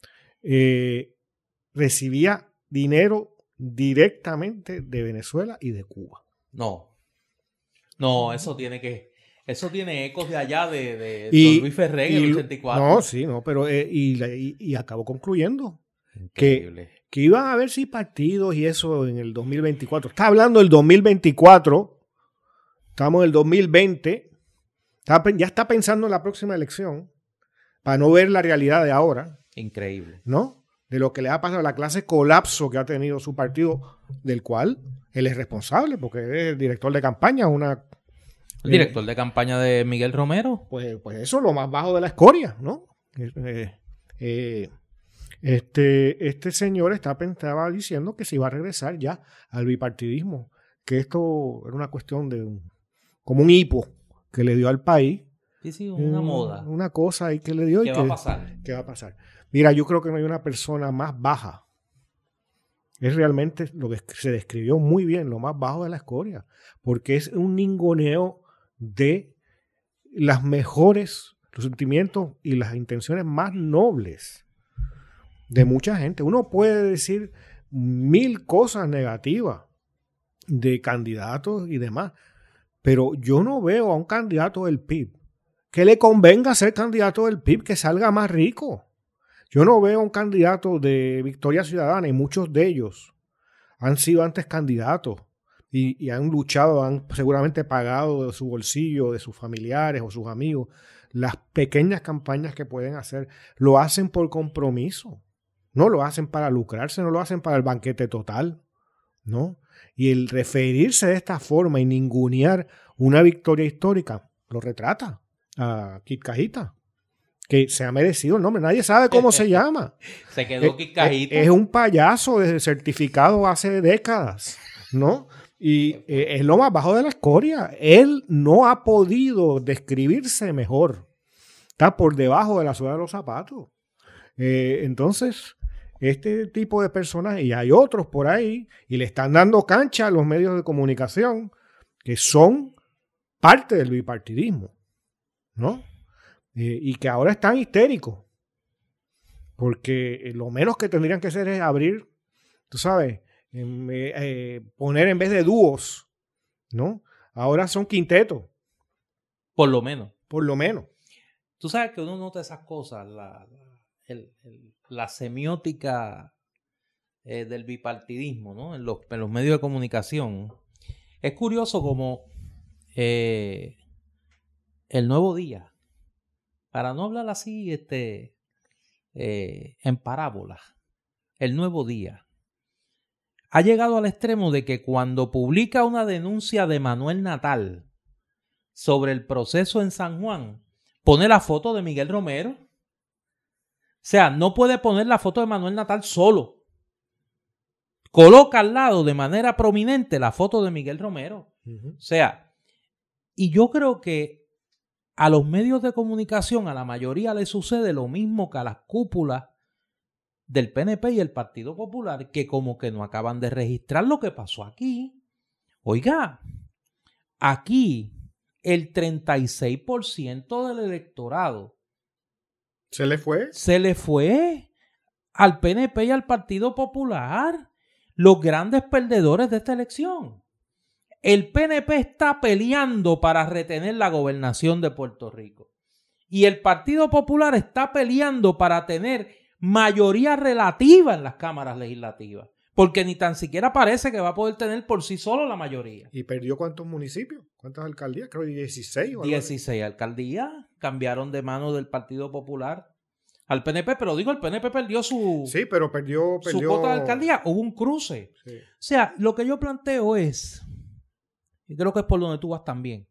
eh, recibía dinero directamente de Venezuela y de Cuba. No, no, eso tiene que, eso tiene ecos de allá de, de y, Don Luis Ferrer en el ochenta y cuatro. No, sí, no, pero eh, y, y, y acabó concluyendo que, que iban a haber sí partidos y eso en el dos mil veinticuatro. Está hablando del dos mil veinticuatro, estamos en el dos mil veinte, está, ya está pensando en la próxima elección para no ver la realidad de ahora. Increíble. ¿No? De lo que le ha pasado a la clase colapso que ha tenido su partido, del cual él es responsable, porque es el director de campaña, una... El director eh, de campaña de Miguel Romero. Pues, pues eso, lo más bajo de la escoria, ¿no? Eh, eh, este, este señor está, estaba diciendo que se iba a regresar ya al bipartidismo, que esto era una cuestión de un, como un hipo que le dio al país. Sí, sí, una un, moda. Una cosa ahí que le dio. ¿Qué y va que, a pasar? ¿Qué va a pasar? Mira, yo creo que no hay una persona más baja. Es realmente lo que se describió muy bien, lo más bajo de la escoria, porque es un ninguneo de las mejores, los sentimientos y las intenciones más nobles de mucha gente. Uno puede decir mil cosas negativas de candidatos y demás, pero yo no veo a un candidato del P I B que le convenga ser candidato del P I B que salga más rico. Yo no veo a un candidato de Victoria Ciudadana, y muchos de ellos han sido antes candidatos y, y han luchado, han seguramente pagado de su bolsillo, de sus familiares o sus amigos, las pequeñas campañas que pueden hacer. Lo hacen por compromiso, no lo hacen para lucrarse, no lo hacen para el banquete total, ¿no? Y el referirse de esta forma y ningunear una victoria histórica lo retrata a Kit Cajita, que se ha merecido el nombre. Nadie sabe cómo se llama. Se quedó Kit Cajita. Es, es un payaso de certificado hace décadas, ¿no? Y eh, es lo más bajo de la escoria. Él no ha podido describirse mejor. Está por debajo de la suela de los zapatos. Eh, entonces, este tipo de personas, y hay otros por ahí, y le están dando cancha a los medios de comunicación, que son parte del bipartidismo, ¿no? Eh, y que ahora están histéricos, porque lo menos que tendrían que hacer es abrir, tú sabes, eh, eh, poner en vez de dúos, ¿no? Ahora son quintetos. Por lo menos. Por lo menos. Tú sabes que uno nota esas cosas, la, la, el, el, la semiótica eh, del bipartidismo, ¿no? En los, en los medios de comunicación. Es curioso como eh, el Nuevo Día, para no hablar así este, eh, en parábolas, el Nuevo Día ha llegado al extremo de que cuando publica una denuncia de Manuel Natal sobre el proceso en San Juan, pone la foto de Miguel Romero. O sea, no puede poner la foto de Manuel Natal solo. Coloca al lado de manera prominente la foto de Miguel Romero. Uh-huh. O sea, y yo creo que a los medios de comunicación, a la mayoría le sucede lo mismo que a las cúpulas del P N P y el Partido Popular, que como que no acaban de registrar lo que pasó aquí. Oiga, aquí el treinta y seis por ciento del electorado ¿se le fue? Se le fue al P N P y al Partido Popular, los grandes perdedores de esta elección. El P N P está peleando para retener la gobernación de Puerto Rico y el Partido Popular está peleando para tener mayoría relativa en las cámaras legislativas, porque ni tan siquiera parece que va a poder tener por sí solo la mayoría. ¿Y perdió cuántos municipios? ¿Cuántas alcaldías? Creo que dieciséis. dieciséis alcaldías cambiaron de mano del Partido Popular al P N P, pero digo, el P N P perdió su, sí, pero perdió, perdió... su cuota de alcaldía. Hubo un cruce. Sí. O sea, lo que yo planteo es, y creo que es por donde tú vas también,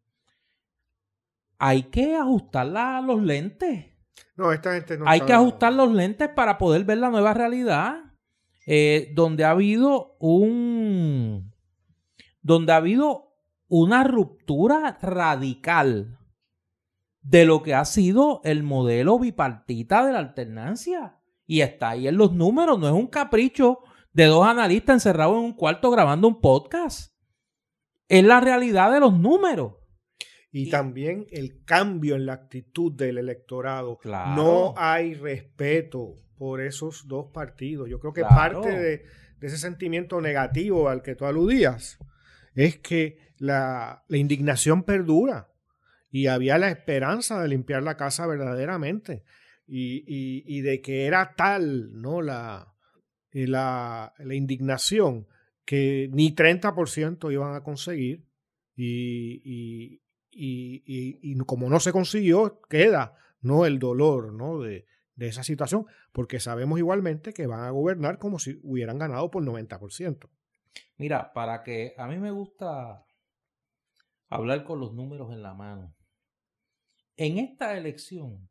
hay que ajustar la, los lentes. No, esta gente no Hay sabe. que ajustar los lentes para poder ver la nueva realidad, eh, donde ha habido un, donde ha habido una ruptura radical de lo que ha sido el modelo bipartita de la alternancia. Y está ahí en los números, no es un capricho de dos analistas encerrados en un cuarto grabando un podcast. Es la realidad de los números. Y, y también el cambio en la actitud del electorado. Claro. No hay respeto por esos dos partidos. Yo creo que claro. parte de, de ese sentimiento negativo al que tú aludías es que la, la indignación perdura. Y había la esperanza de limpiar la casa verdaderamente. Y, y, y de que era tal, ¿no? La, la, la indignación que ni treinta por ciento iban a conseguir. Y, y, y, y, y como no se consiguió, queda, ¿no? El dolor, ¿no? De, de esa situación. Porque sabemos igualmente que van a gobernar como si hubieran ganado por noventa por ciento. Mira, para que a mí me gusta hablar con los números en la mano. En esta elección,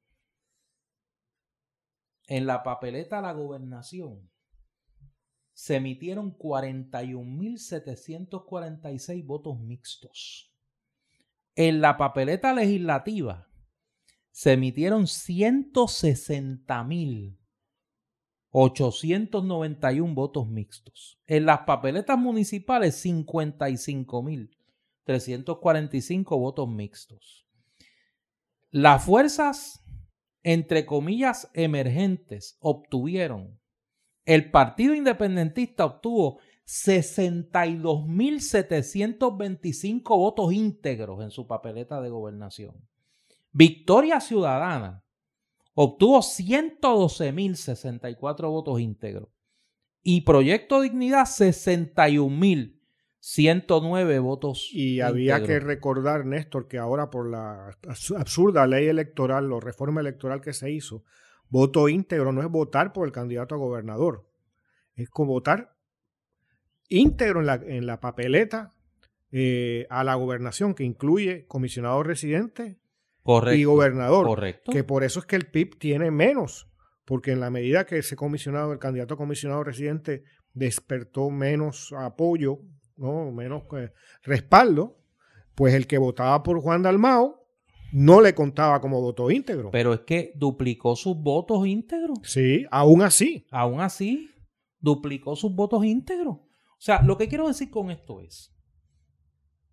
en la papeleta a la gobernación, se emitieron cuarenta y un mil setecientos cuarenta y seis votos mixtos. En la papeleta legislativa, se emitieron ciento sesenta mil ochocientos noventa y uno votos mixtos. En las papeletas municipales, cincuenta y cinco mil trescientos cuarenta y cinco votos mixtos. Las fuerzas, entre comillas, emergentes obtuvieron, el Partido Independentista obtuvo sesenta y dos mil setecientos veinticinco votos íntegros en su papeleta de gobernación. Victoria Ciudadana obtuvo ciento doce mil sesenta y cuatro votos íntegros. Y Proyecto Dignidad, sesenta y un mil ciento nueve votos. Y había íntegros. Que recordar, Néstor, que ahora por la absurda ley electoral o reforma electoral que se hizo, voto íntegro no es votar por el candidato a gobernador, es como votar íntegro en la, en la papeleta eh, a la gobernación, que incluye comisionado residente correcto, y gobernador. Correcto. Que por eso es que el P I B tiene menos, porque en la medida que ese comisionado, el candidato a comisionado residente despertó menos apoyo, ¿no? menos eh, respaldo, pues el que votaba por Juan Dalmau no le contaba como voto íntegro. Pero es que duplicó sus votos íntegros. Sí, aún así. Aún así, duplicó sus votos íntegros. O sea, lo que quiero decir con esto es,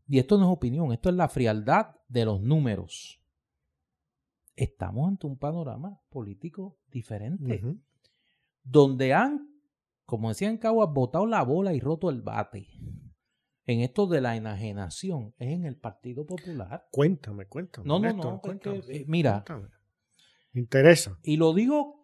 y esto no es opinión, esto es la frialdad de los números. Estamos ante un panorama político diferente, uh-huh. donde han, como decían Caguas, botado la bola y roto el bate. En esto de la enajenación, es en el Partido Popular. Cuéntame, cuéntame. No, no, Néstor, no, cuéntame, que, eh, mira. Cuéntame. Me interesa. Y lo digo,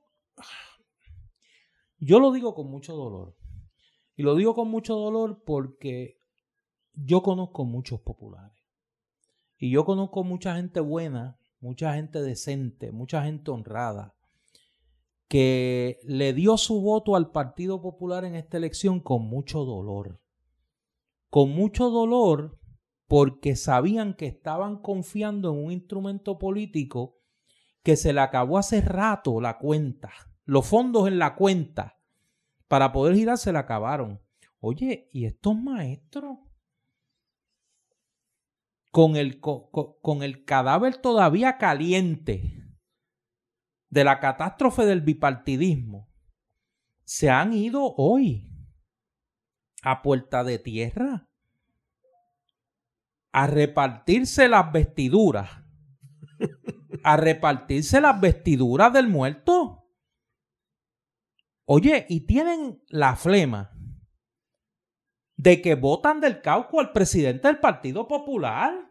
yo lo digo con mucho dolor. Y lo digo con mucho dolor porque yo conozco muchos populares. Y yo conozco mucha gente buena, mucha gente decente, mucha gente honrada, que le dio su voto al Partido Popular en esta elección con mucho dolor. Con mucho dolor porque sabían que estaban confiando en un instrumento político que se le acabó hace rato la cuenta. Los fondos en la cuenta para poder girar se le acabaron. Oye, ¿y estos maestros? Con el, con, con el cadáver todavía caliente de la catástrofe del bipartidismo, se han ido hoy a puerta de tierra a repartirse las vestiduras, a repartirse las vestiduras del muerto. Oye, y tienen la flema de que votan del cauco al presidente del Partido Popular.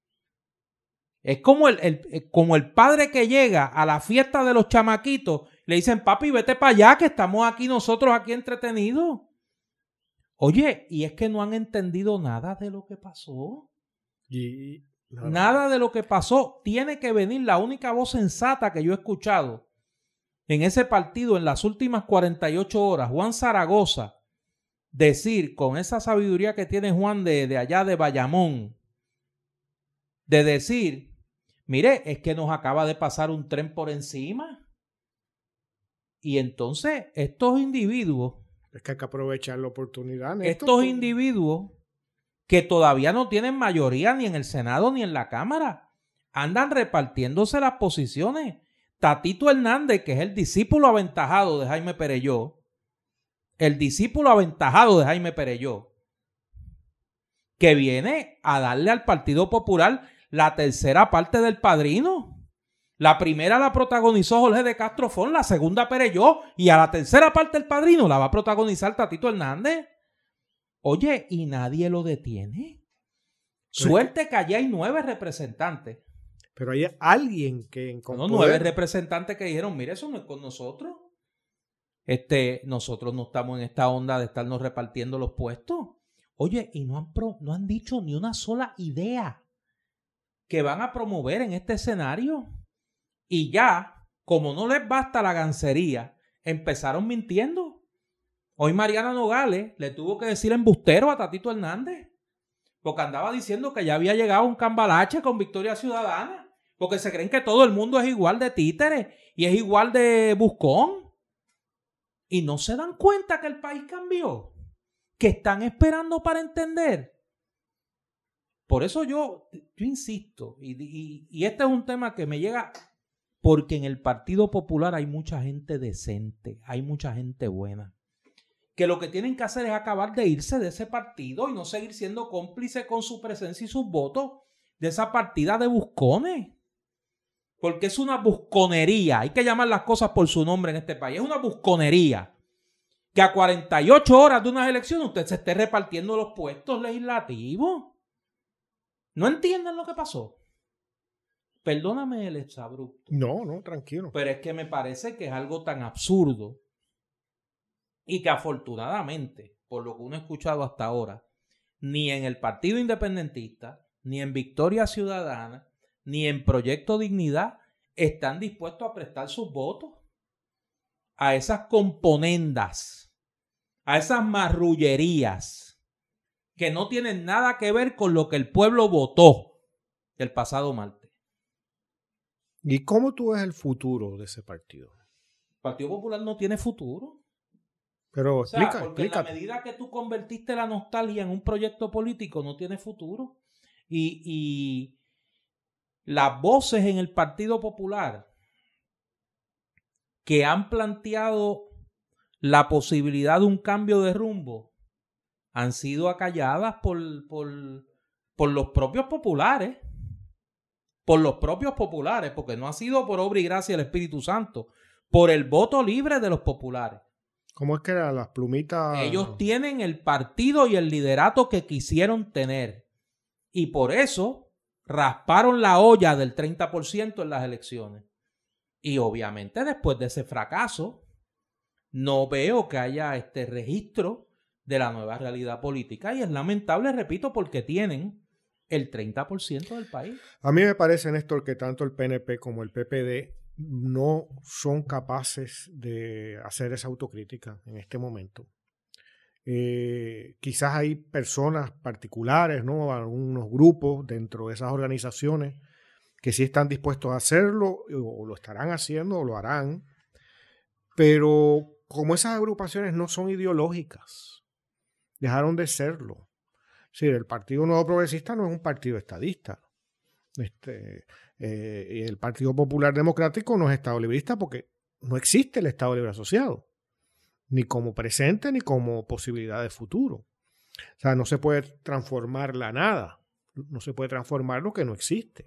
Es como el, el, como el padre que llega a la fiesta de los chamaquitos, le dicen, papi, vete para allá, que estamos aquí nosotros aquí entretenidos. Oye, y es que no han entendido nada de lo que pasó. Y, nada. nada de lo que pasó. Tiene que venir la única voz sensata que yo he escuchado en ese partido en las últimas cuarenta y ocho horas, Juan Zaragoza, decir con esa sabiduría que tiene Juan de, de allá de Bayamón, de decir, mire, es que nos acaba de pasar un tren por encima. Y entonces estos individuos, es que hay que aprovechar la oportunidad. Néstor, estos por... individuos que todavía no tienen mayoría ni en el Senado ni en la Cámara, andan repartiéndose las posiciones. Tatito Hernández, que es el discípulo aventajado de Jaime Perelló, el discípulo aventajado de Jaime Perelló, que viene a darle al Partido Popular la tercera parte del padrino. La primera la protagonizó Jorge de Castro Fon, la segunda Perelló, y a la tercera parte del padrino la va a protagonizar Tatito Hernández. Oye, y nadie lo detiene. Suerte que allí hay nueve representantes. Pero hay alguien que... Con no, nueve representantes que dijeron, mire, eso no es con nosotros. Este, nosotros no estamos en esta onda de estarnos repartiendo los puestos. Oye, y no han, pro, no han dicho ni una sola idea que van a promover en este escenario. Y ya, como no les basta la gancería, empezaron mintiendo. Hoy Mariana Nogales le tuvo que decir embustero a Tatito Hernández, porque andaba diciendo que ya había llegado un cambalache con Victoria Ciudadana, porque se creen que todo el mundo es igual de títere y es igual de buscón. Y no se dan cuenta que el país cambió, que están esperando para entender. Por eso yo, yo insisto, y, y, y este es un tema que me llega porque en el Partido Popular hay mucha gente decente, hay mucha gente buena, que lo que tienen que hacer es acabar de irse de ese partido y no seguir siendo cómplice con su presencia y sus votos de esa partida de buscones. Porque es una busconería, hay que llamar las cosas por su nombre en este país, es una busconería que a cuarenta y ocho horas de unas elecciones usted se esté repartiendo los puestos legislativos. ¿No entienden lo que pasó? Perdóname el exabrupto. No, no, tranquilo. Pero es que me parece que es algo tan absurdo y que afortunadamente, por lo que uno ha escuchado hasta ahora, ni en el Partido Independentista, ni en Victoria Ciudadana, ni en Proyecto Dignidad están dispuestos a prestar sus votos a esas componendas, a esas marrullerías que no tienen nada que ver con lo que el pueblo votó el pasado martes. ¿Y cómo tú ves el futuro de ese partido? El Partido Popular no tiene futuro. Pero o sea, explica, porque explica. en la medida que tú convertiste la nostalgia en un proyecto político, no tiene futuro. Y, y las voces en el Partido Popular que han planteado la posibilidad de un cambio de rumbo han sido acalladas por, por, por los propios populares, por los propios populares, porque no ha sido por obra y gracia del Espíritu Santo, por el voto libre de los populares. ¿Cómo es que eran las plumitas? Ellos tienen el partido y el liderato que quisieron tener. Y por eso rasparon la olla del treinta por ciento en las elecciones. Y obviamente después de ese fracaso, no veo que haya este registro de la nueva realidad política. Y es lamentable, repito, porque tienen el treinta por ciento del país. A mí me parece, Néstor, que tanto el P N P como el P P D no son capaces de hacer esa autocrítica en este momento. Eh, quizás hay personas particulares, ¿no? Algunos grupos dentro de esas organizaciones que sí están dispuestos a hacerlo, o lo estarán haciendo, o lo harán, pero como esas agrupaciones no son ideológicas, dejaron de serlo. Sí, el Partido Nuevo Progresista no es un partido estadista. Este, eh, y el Partido Popular Democrático no es Estado librista porque no existe el Estado Libre Asociado, ni como presente ni como posibilidad de futuro. O sea, no se puede transformar la nada, no se puede transformar lo que no existe.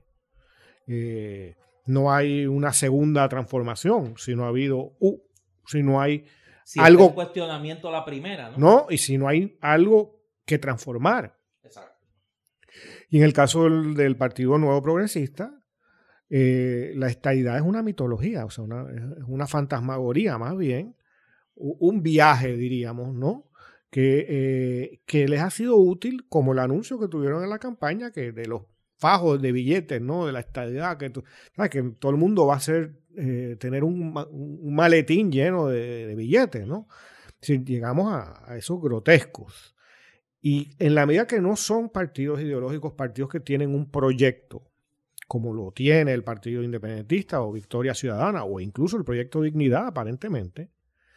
Eh, no hay una segunda transformación si no ha habido, uh, si no hay si algo... es un cuestionamiento a la primera, ¿no? No, y si no hay algo que transformar. Exacto. Y en el caso del, del Partido Nuevo Progresista, eh, la estadidad es una mitología, o sea, una, es una fantasmagoría más bien, un viaje, diríamos, ¿no? Que, eh, que les ha sido útil, como el anuncio que tuvieron en la campaña, que de los fajos de billetes, ¿no? De la estadidad, que, ¿sabes? Que todo el mundo va a ser, eh, tener un, un maletín lleno de, de billetes, ¿no? Si llegamos a, a esos grotescos. Y en la medida que no son partidos ideológicos, partidos que tienen un proyecto, como lo tiene el Partido Independentista o Victoria Ciudadana, o incluso el Proyecto Dignidad, aparentemente,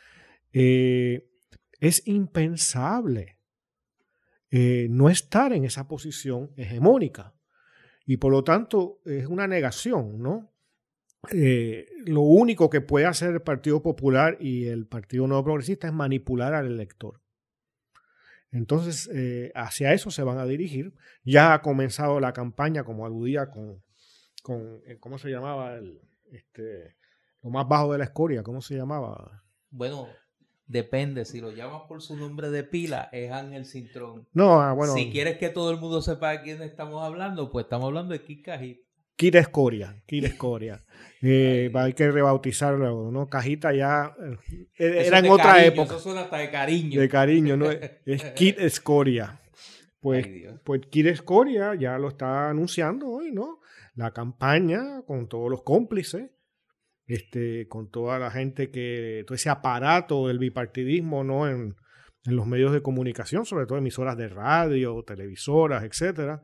eh, es impensable eh, no estar en esa posición hegemónica. Y por lo tanto es una negación, ¿no? Eh, lo único que puede hacer el Partido Popular y el Partido Nuevo Progresista es manipular al elector. Entonces, eh, hacia eso se van a dirigir. Ya ha comenzado la campaña, como aludía con, con ¿cómo se llamaba? El, este, lo más bajo de la escoria, ¿cómo se llamaba? Bueno, depende. Si lo llamas por su nombre de pila, es Ángel Cintrón. No, ah, bueno. Si quieres que todo el mundo sepa de quién estamos hablando, pues estamos hablando de Kid Cajita. Kid Escoria, Kid Escoria. Eh, hay que rebautizarlo, ¿no? Cajita ya eh, era en otra cariño, época. Eso suena hasta de cariño. De cariño, ¿no? Es Kid Escoria. Pues, pues Kid Escoria ya lo está anunciando hoy, ¿no? La campaña con todos los cómplices, este, con toda la gente que, todo ese aparato del bipartidismo, ¿no? En, en los medios de comunicación, sobre todo emisoras de radio, televisoras, etcétera,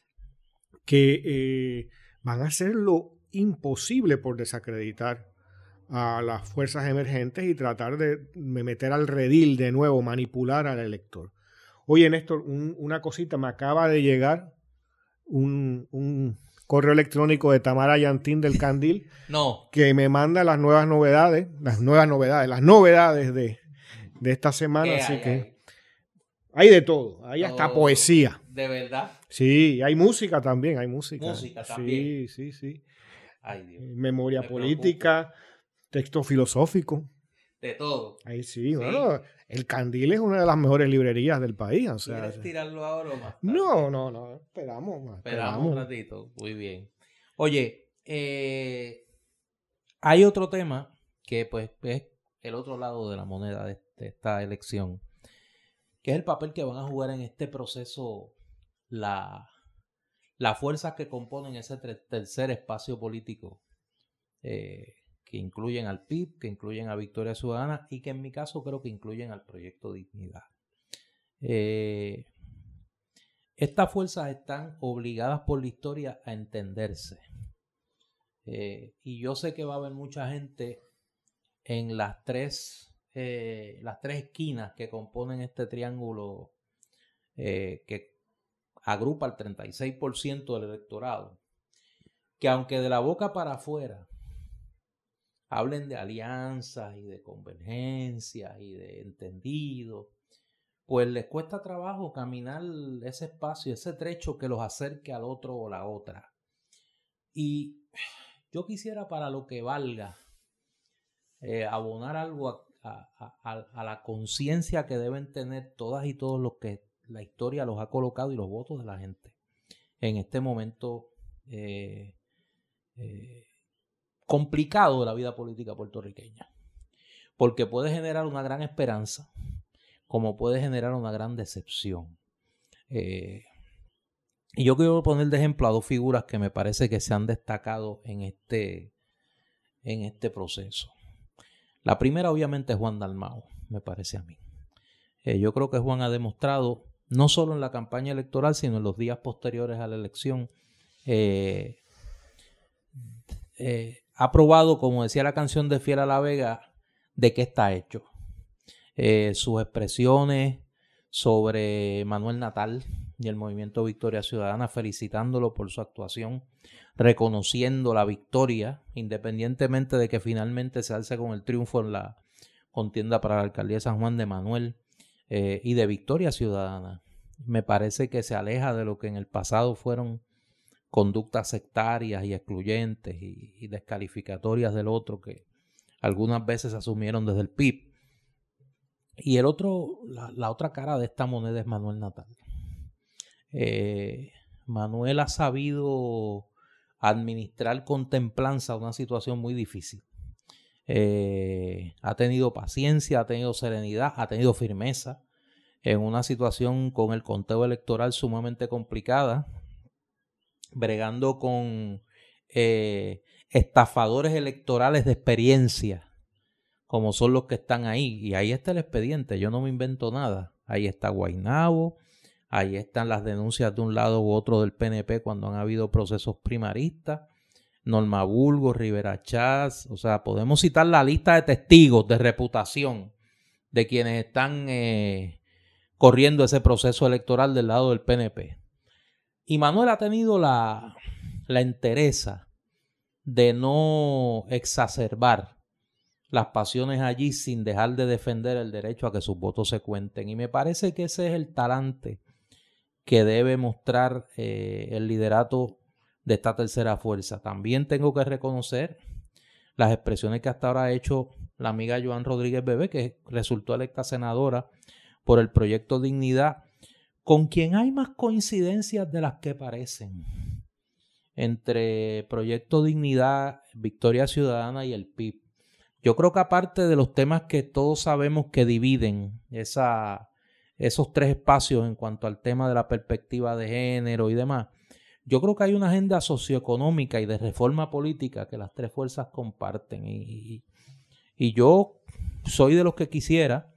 que eh, van a hacer lo imposible por desacreditar a las fuerzas emergentes y tratar de meter al redil de nuevo, manipular al elector. Oye, Néstor, un, una cosita, me acaba de llegar un, un correo electrónico de Tamara Yantín del Candil no. que me manda las nuevas novedades, las nuevas novedades, las novedades de, de esta semana, así hay, que hay? hay de todo, hay hasta oh, poesía. ¿De verdad? Sí, hay música también, hay música. Música también. Sí, sí, sí. Ay, Dios. Memoria Me política, preocupa. Texto filosófico. De todo. Ahí sí, sí, bueno, el Candil es una de las mejores librerías del país. O sea, ¿quieres tirarlo ahora o más tarde? No, no, no, esperamos. Esperamos, esperamos un ratito, muy bien. Oye, eh, hay otro tema que pues es el otro lado de la moneda de, de esta elección, que es el papel que van a jugar en este proceso la, las fuerzas que componen ese tercer espacio político, eh, que incluyen al P I B, que incluyen a Victoria Ciudadana y que en mi caso creo que incluyen al Proyecto Dignidad. Eh, estas fuerzas están obligadas por la historia a entenderse. Eh, y yo sé que va a haber mucha gente en las tres, eh, las tres esquinas que componen este triángulo eh, que agrupa el treinta y seis por ciento del electorado, que aunque de la boca para afuera hablen de alianzas y de convergencias y de entendidos, pues les cuesta trabajo caminar ese espacio, ese trecho que los acerque al otro o la otra. Y yo quisiera, para lo que valga, eh, abonar algo a, a, a, a la conciencia que deben tener todas y todos los que la historia los ha colocado y los votos de la gente en este momento eh, eh, complicado de la vida política puertorriqueña. Porque puede generar una gran esperanza, como puede generar una gran decepción. Eh, y yo quiero poner de ejemplo a dos figuras que me parece que se han destacado en este, en este proceso. La primera, obviamente, es Juan Dalmau, me parece a mí. Eh, yo creo que Juan ha demostrado, no solo en la campaña electoral, sino en los días posteriores a la elección, eh, eh, ha probado, como decía la canción de Fiel a la Vega, de qué está hecho. Eh, sus expresiones sobre Manuel Natal y el movimiento Victoria Ciudadana, felicitándolo por su actuación, reconociendo la victoria, independientemente de que finalmente se alce con el triunfo en la contienda para la alcaldía de San Juan de Manuel eh, y de Victoria Ciudadana. Me parece que se aleja de lo que en el pasado fueron conductas sectarias y excluyentes y, y descalificatorias del otro que algunas veces asumieron desde el P I B. Y el otro, la, la otra cara de esta moneda es Manuel Natal. Eh, Manuel ha sabido administrar con templanza una situación muy difícil. Eh, ha tenido paciencia, ha tenido serenidad, ha tenido firmeza en una situación con el conteo electoral sumamente complicada, bregando con eh, estafadores electorales de experiencia, como son los que están ahí. Y ahí está el expediente, yo no me invento nada. Ahí está Guaynabo, ahí están las denuncias de un lado u otro del P N P cuando han habido procesos primaristas, Norma Burgos, Rivera Chats, o sea, podemos citar la lista de testigos de reputación de quienes están eh, corriendo ese proceso electoral del lado del P N P. Y Manuel ha tenido la, la entereza de no exacerbar las pasiones allí sin dejar de defender el derecho a que sus votos se cuenten. Y me parece que ese es el talante que debe mostrar eh, el liderato de esta tercera fuerza. También tengo que reconocer las expresiones que hasta ahora ha hecho la amiga Joan Rodríguez Bebé, que resultó electa senadora por el Proyecto Dignidad, con quien hay más coincidencias de las que parecen entre Proyecto Dignidad, Victoria Ciudadana y el P I B. Yo creo que aparte de los temas que todos sabemos que dividen esa, esos tres espacios en cuanto al tema de la perspectiva de género y demás, yo creo que hay una agenda socioeconómica y de reforma política que las tres fuerzas comparten. Y, y, y yo soy de los que quisiera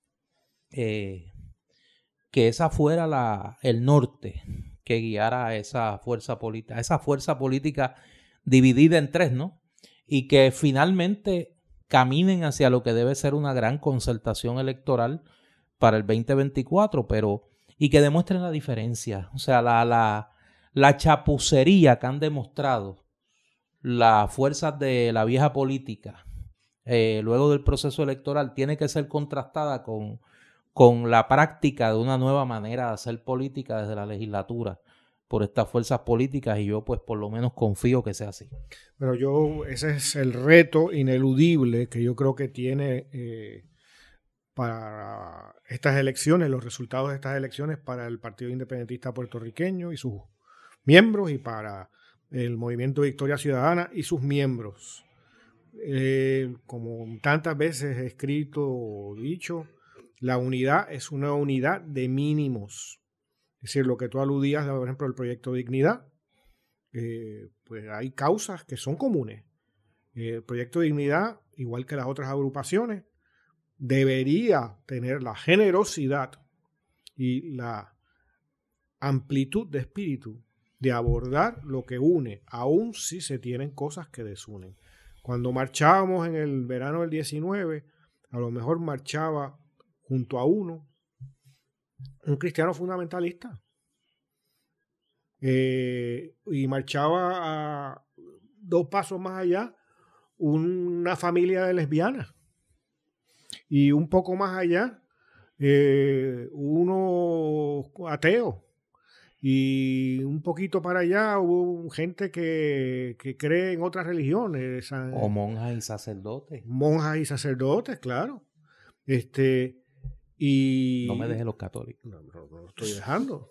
eh, que esa fuera la, el norte que guiara a esa fuerza política, a esa fuerza política dividida en tres, ¿no? Y que finalmente caminen hacia lo que debe ser una gran concertación electoral para el veinte veinticuatro, pero y que demuestren la diferencia, o sea, la, la, la chapucería que han demostrado las fuerzas de la vieja política eh, luego del proceso electoral tiene que ser contrastada con, con la práctica de una nueva manera de hacer política desde la legislatura por estas fuerzas políticas, y yo pues por lo menos confío que sea así. Pero yo, ese es el reto ineludible que yo creo que tiene eh, para estas elecciones, los resultados de estas elecciones para el Partido Independentista Puertorriqueño y sus miembros, y para el Movimiento Victoria Ciudadana y sus miembros. Eh, como tantas veces he escrito o dicho, la unidad es una unidad de mínimos. Es decir, lo que tú aludías, por ejemplo, el Proyecto Dignidad, eh, pues hay causas que son comunes. Eh, el Proyecto Dignidad, igual que las otras agrupaciones, debería tener la generosidad y la amplitud de espíritu de abordar lo que une, aun si se tienen cosas que desunen. Cuando marchábamos en el verano del diecinueve, a lo mejor marchaba junto a uno un cristiano fundamentalista, eh, y marchaba a dos pasos más allá una familia de lesbianas, y un poco más allá eh, uno ateo. Y un poquito para allá hubo gente que, que cree en otras religiones. O monjas y sacerdotes. Monjas y sacerdotes, claro. Este, y no me dejes los católicos. No, no, no lo estoy dejando.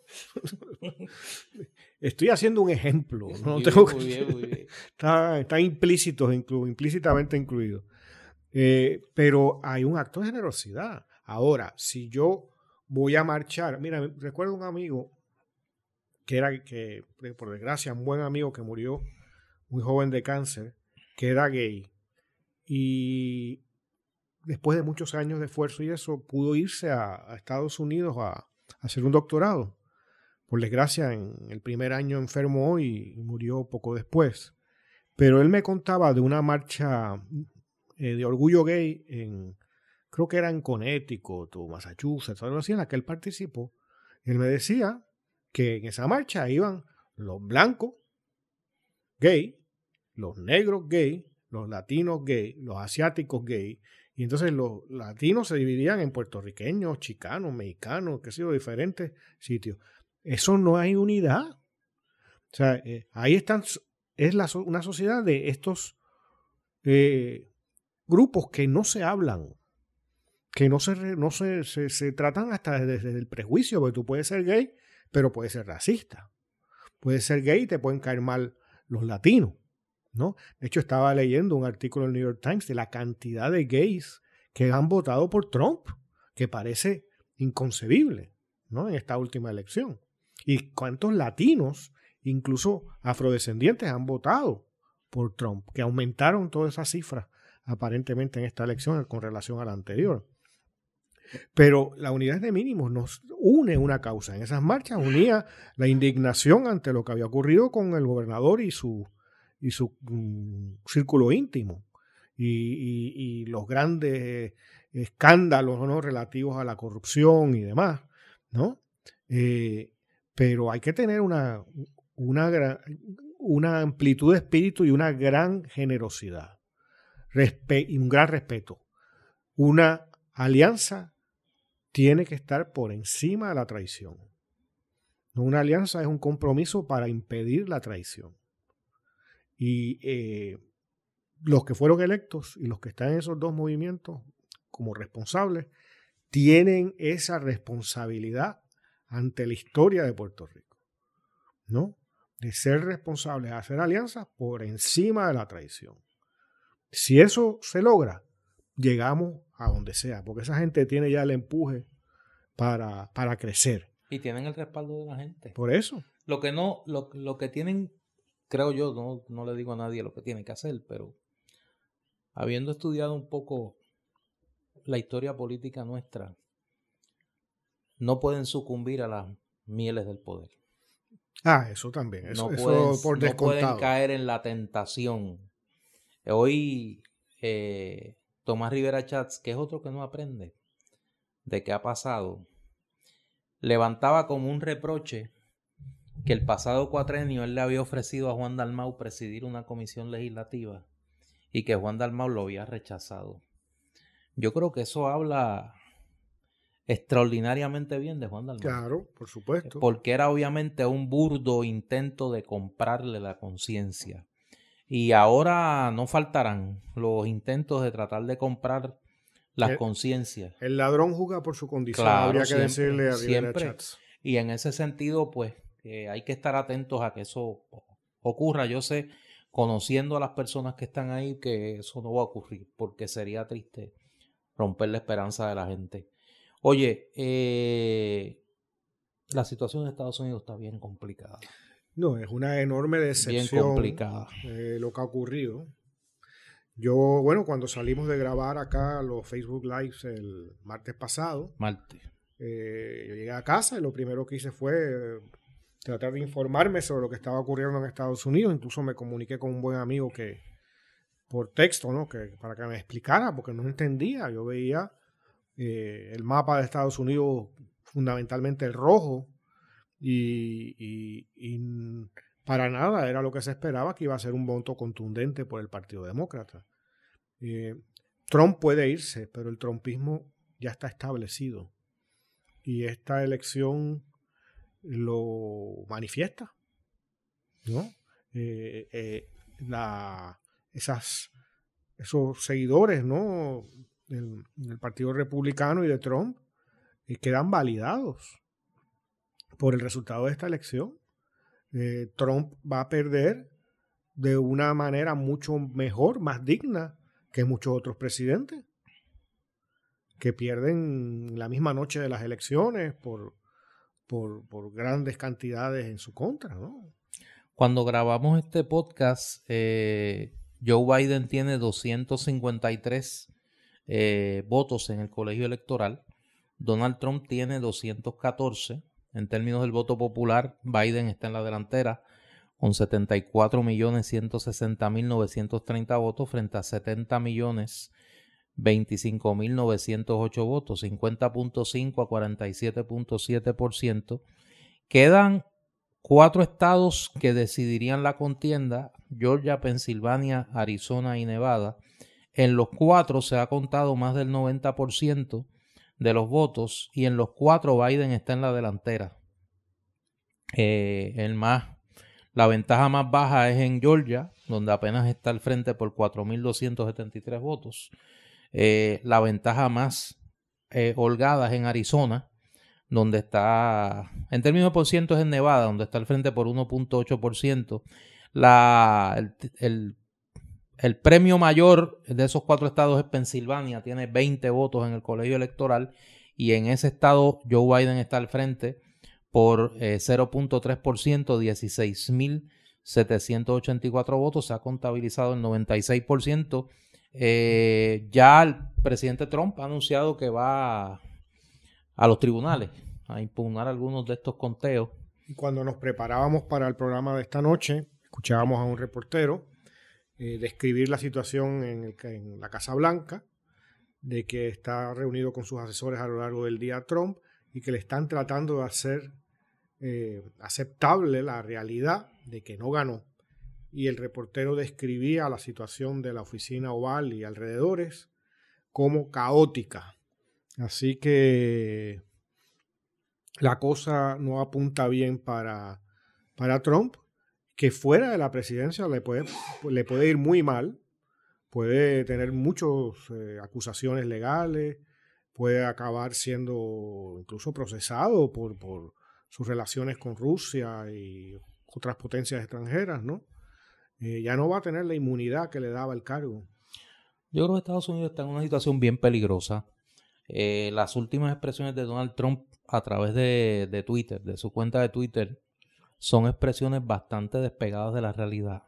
Estoy haciendo un ejemplo. No muy, tengo bien, muy bien, muy bien. Está, está implícito, inclu, implícitamente incluido. Eh, pero hay un acto de generosidad. Ahora, si yo voy a marchar, mira, recuerdo un amigo que era, que por desgracia, un buen amigo que murió muy joven de cáncer, que era gay. Y después de muchos años de esfuerzo y eso, pudo irse a, a Estados Unidos a, a hacer un doctorado. Por desgracia, en el primer año enfermó y, y murió poco después. Pero él me contaba de una marcha eh, de orgullo gay en, creo que era en Connecticut o Massachusetts, algo así, en la que él participó. Él me decía que en esa marcha iban los blancos gay, los negros gay, los latinos gay, los asiáticos gay, y entonces los latinos se dividían en puertorriqueños, chicanos, mexicanos, qué sé yo, diferentes sitios. Eso no hay unidad. O sea, eh, ahí están, es la, una sociedad de estos eh, grupos que no se hablan, que no se, no se, se, se tratan hasta desde, desde el prejuicio, porque tú puedes ser gay, pero puedes ser racista. Puedes ser gay y te pueden caer mal los latinos, ¿no? De hecho, estaba leyendo un artículo del New York Times de la cantidad de gays que han votado por Trump, que parece inconcebible, ¿no? En esta última elección. Y cuántos latinos, incluso afrodescendientes, han votado por Trump, que aumentaron todas esas cifras aparentemente en esta elección con relación a la anterior. Pero la unidad de mínimos nos une una causa. En esas marchas unía la indignación ante lo que había ocurrido con el gobernador y su, y su um, círculo íntimo y, y, y los grandes escándalos, ¿no?, relativos a la corrupción y demás, ¿no? Eh, pero hay que tener una, una, una amplitud de espíritu y una gran generosidad respe- y un gran respeto. Una alianza tiene que estar por encima de la traición. Una alianza es un compromiso para impedir la traición. Y eh, los que fueron electos y los que están en esos dos movimientos como responsables tienen esa responsabilidad ante la historia de Puerto Rico, ¿no? De ser responsables, de hacer alianzas por encima de la traición. Si eso se logra, llegamos a donde sea, porque esa gente tiene ya el empuje para, para crecer. Y tienen el respaldo de la gente. Por eso. Lo que no, lo, lo que tienen, creo yo, no, no le digo a nadie lo que tiene que hacer, pero habiendo estudiado un poco la historia política nuestra, no pueden sucumbir a las mieles del poder. Ah, eso también. Eso, no, eso pueden, por no descontado. pueden caer en la tentación. Hoy eh, Tomás Rivera Chats, que es otro que no aprende de qué ha pasado, levantaba como un reproche que el pasado cuatrenio él le había ofrecido a Juan Dalmau presidir una comisión legislativa y que Juan Dalmau lo había rechazado. Yo creo que eso habla extraordinariamente bien de Juan Dalmau. Claro, por supuesto. Porque era obviamente un burdo intento de comprarle la conciencia. Y ahora no faltarán los intentos de tratar de comprar las conciencias. El ladrón juzga por su condición, claro, habría que siempre, decirle a Rivera siempre. Chats. Y en ese sentido, pues, eh, hay que estar atentos a que eso ocurra. Yo sé, conociendo a las personas que están ahí, que eso no va a ocurrir, porque sería triste romper la esperanza de la gente. Oye, eh, la situación en Estados Unidos está bien complicada. No, es una enorme decepción. Bien complicada. Eh, lo que ha ocurrido. Yo, bueno, cuando salimos de grabar acá los Facebook Lives el martes pasado, Martes. Eh, yo llegué a casa y lo primero que hice fue eh, tratar de informarme sobre lo que estaba ocurriendo en Estados Unidos. Incluso me comuniqué con un buen amigo que por texto, ¿no? Que, para que me explicara, porque no entendía. Yo veía eh, el mapa de Estados Unidos, fundamentalmente el rojo, y, y, y para nada era lo que se esperaba, que iba a ser un voto contundente por el Partido Demócrata. Eh, Trump puede irse, pero el trumpismo ya está establecido. y esta elección lo manifiesta, ¿no? Eh, eh, la, esas, esos seguidores, ¿no? del, del Partido Republicano y de Trump eh, quedan validados por el resultado de esta elección. Eh, Trump va a perder de una manera mucho mejor, más digna que muchos otros presidentes que pierden la misma noche de las elecciones por, por, por grandes cantidades en su contra, ¿no? Cuando grabamos este podcast, eh, Joe Biden tiene doscientos cincuenta y tres eh, votos en el colegio electoral. Donald Trump tiene doscientos catorce. En términos del voto popular, Biden está en la delantera con setenta y cuatro millones ciento sesenta mil novecientos treinta votos frente a setenta millones veinticinco mil novecientos ocho votos, cincuenta punto cinco a cuarenta y siete punto siete por ciento. Quedan cuatro estados que decidirían la contienda: Georgia, Pensilvania, Arizona y Nevada. En los cuatro se ha contado más del noventa por ciento de los votos y en los cuatro Biden está en la delantera. Eh, el más, la ventaja más baja es en Georgia, donde apenas está al frente por cuatro mil doscientos setenta y tres votos. Eh, la ventaja más eh, holgada es en Arizona, donde está, en términos de por ciento, es en Nevada, donde está al frente por uno punto ocho por ciento. La, el, el, el premio mayor de esos cuatro estados es Pensilvania, tiene veinte votos en el colegio electoral, y en ese estado Joe Biden está al frente por eh, cero punto tres por ciento, dieciséis mil setecientos ochenta y cuatro votos. Se ha contabilizado el noventa y seis por ciento. Eh, ya el presidente Trump ha anunciado que va a, a los tribunales a impugnar algunos de estos conteos. Y cuando nos preparábamos para el programa de esta noche, escuchábamos a un reportero eh, describir la situación en, el, en la Casa Blanca, de que está reunido con sus asesores a lo largo del día Trump y que le están tratando de hacer eh, aceptable la realidad de que no ganó. Y el reportero describía la situación de la oficina Oval y alrededores como caótica. Así que la cosa no apunta bien para, para Trump, que fuera de la presidencia le puede, le puede ir muy mal, puede tener muchas eh, acusaciones legales, puede acabar siendo incluso procesado por, por sus relaciones con Rusia y otras potencias extranjeras, ¿no? Eh, ya no va a tener la inmunidad que le daba el cargo. Yo creo que Estados Unidos está en una situación bien peligrosa. Eh, las últimas expresiones de Donald Trump a través de, de Twitter, de su cuenta de Twitter, son expresiones bastante despegadas de la realidad,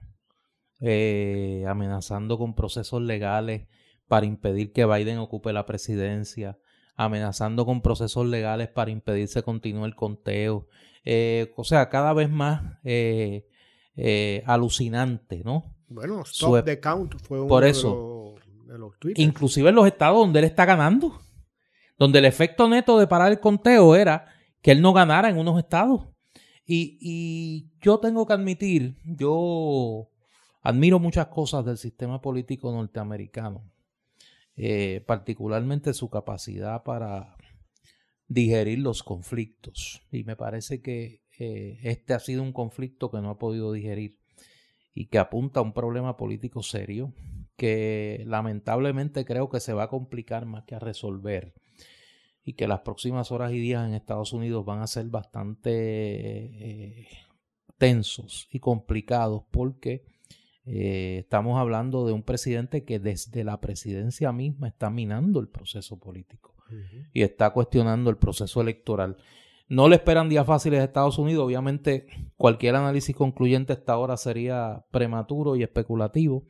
eh, amenazando con procesos legales para impedir que Biden ocupe la presidencia, amenazando con procesos legales para impedir se continúe el conteo. Eh, o sea, cada vez más eh, eh, alucinante, ¿no? Bueno, Stop Su, the Count fue uno por de eso, los, de los tweets. Inclusive en los estados donde él está ganando, donde el efecto neto de parar el conteo era que él no ganara en unos estados. Y, y yo tengo que admitir, yo admiro muchas cosas del sistema político norteamericano, eh, particularmente su capacidad para digerir los conflictos. Y me parece que eh, este ha sido un conflicto que no ha podido digerir y que apunta a un problema político serio que lamentablemente creo que se va a complicar más que a resolver, y que las próximas horas y días en Estados Unidos van a ser bastante eh, tensos y complicados, porque eh, estamos hablando de un presidente que desde la presidencia misma está minando el proceso político uh-huh. y está cuestionando el proceso electoral. No le esperan días fáciles a Estados Unidos. Obviamente cualquier análisis concluyente hasta ahora sería prematuro y especulativo,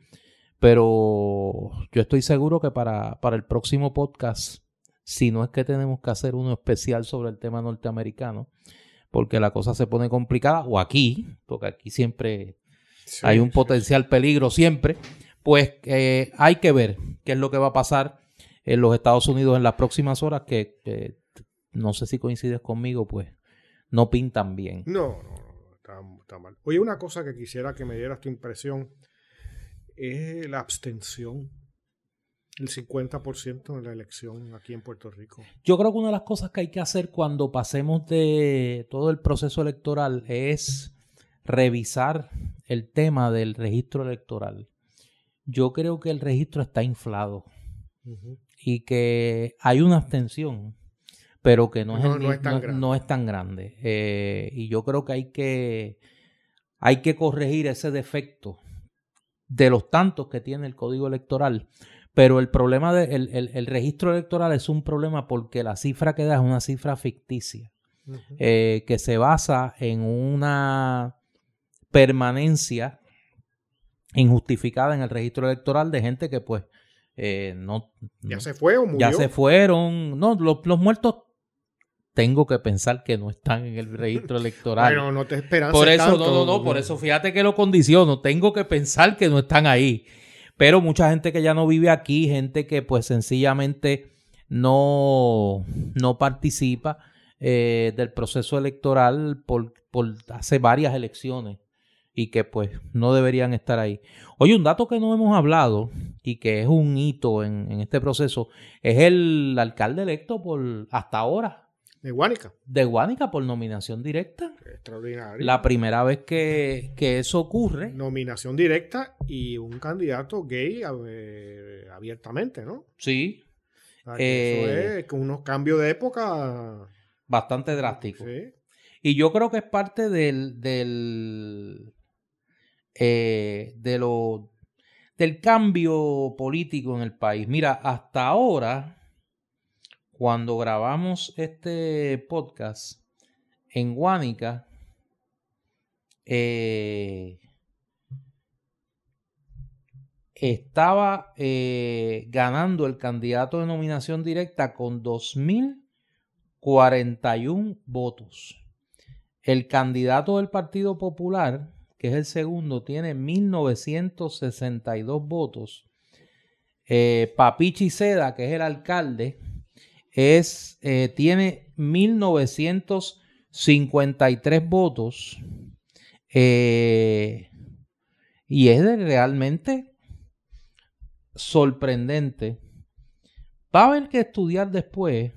pero yo estoy seguro que para, para el próximo podcast, si no es que tenemos que hacer uno especial sobre el tema norteamericano, porque la cosa se pone complicada, o aquí, porque aquí siempre sí, hay un sí, potencial sí. peligro siempre, pues eh, hay que ver qué es lo que va a pasar en los Estados Unidos en las próximas horas, que, que no sé si coincides conmigo, pues no pintan bien. No, no, no, está, está mal. Oye, una cosa que quisiera que me dieras tu impresión es la abstención. El cincuenta por ciento de la elección aquí en Puerto Rico. Yo creo que una de las cosas que hay que hacer cuando pasemos de todo el proceso electoral es revisar el tema del registro electoral. Yo creo que el registro está inflado uh-huh. y que hay una abstención, pero que no, no, es, el, no, es, tan no, no es tan grande. Eh, y yo creo que hay que hay que corregir ese defecto de los tantos que tiene el Código Electoral. Pero el problema del de, el, el registro electoral es un problema porque la cifra que da es una cifra ficticia, uh-huh. eh, que se basa en una permanencia injustificada en el registro electoral de gente que pues eh, no, ya no se fue o murió. Ya se fueron. No, los, los muertos tengo que pensar que no están en el registro electoral. Bueno, no te esperas. Por eso, tanto, no, no, no, por eso fíjate que lo condiciono. Tengo que pensar que no están ahí. Pero mucha gente que ya no vive aquí, gente que pues sencillamente no, no participa eh, del proceso electoral por, por hace varias elecciones y que pues no deberían estar ahí. Oye, un dato que no hemos hablado y que es un hito en, en este proceso es el alcalde electo por hasta ahora. De Guánica. De Guánica por nominación directa. Extraordinario. La primera vez que, que eso ocurre. Nominación directa y un candidato gay eh, abiertamente, ¿no? Sí. O sea, que eh, eso es con unos cambios de época. Bastante drásticos. Sí. Y yo creo que es parte del, del, eh, de lo, del cambio político en el país. Mira, hasta ahora, cuando grabamos este podcast en Guánica, eh, estaba eh, ganando el candidato de nominación directa con dos mil cuarenta y uno votos. El candidato del Partido Popular, que es el segundo, tiene mil novecientos sesenta y dos votos. Eh, Papichi Seda, que es el alcalde, es, eh, tiene mil novecientos cincuenta y tres votos. Eh, y es de realmente sorprendente. Va a haber que estudiar después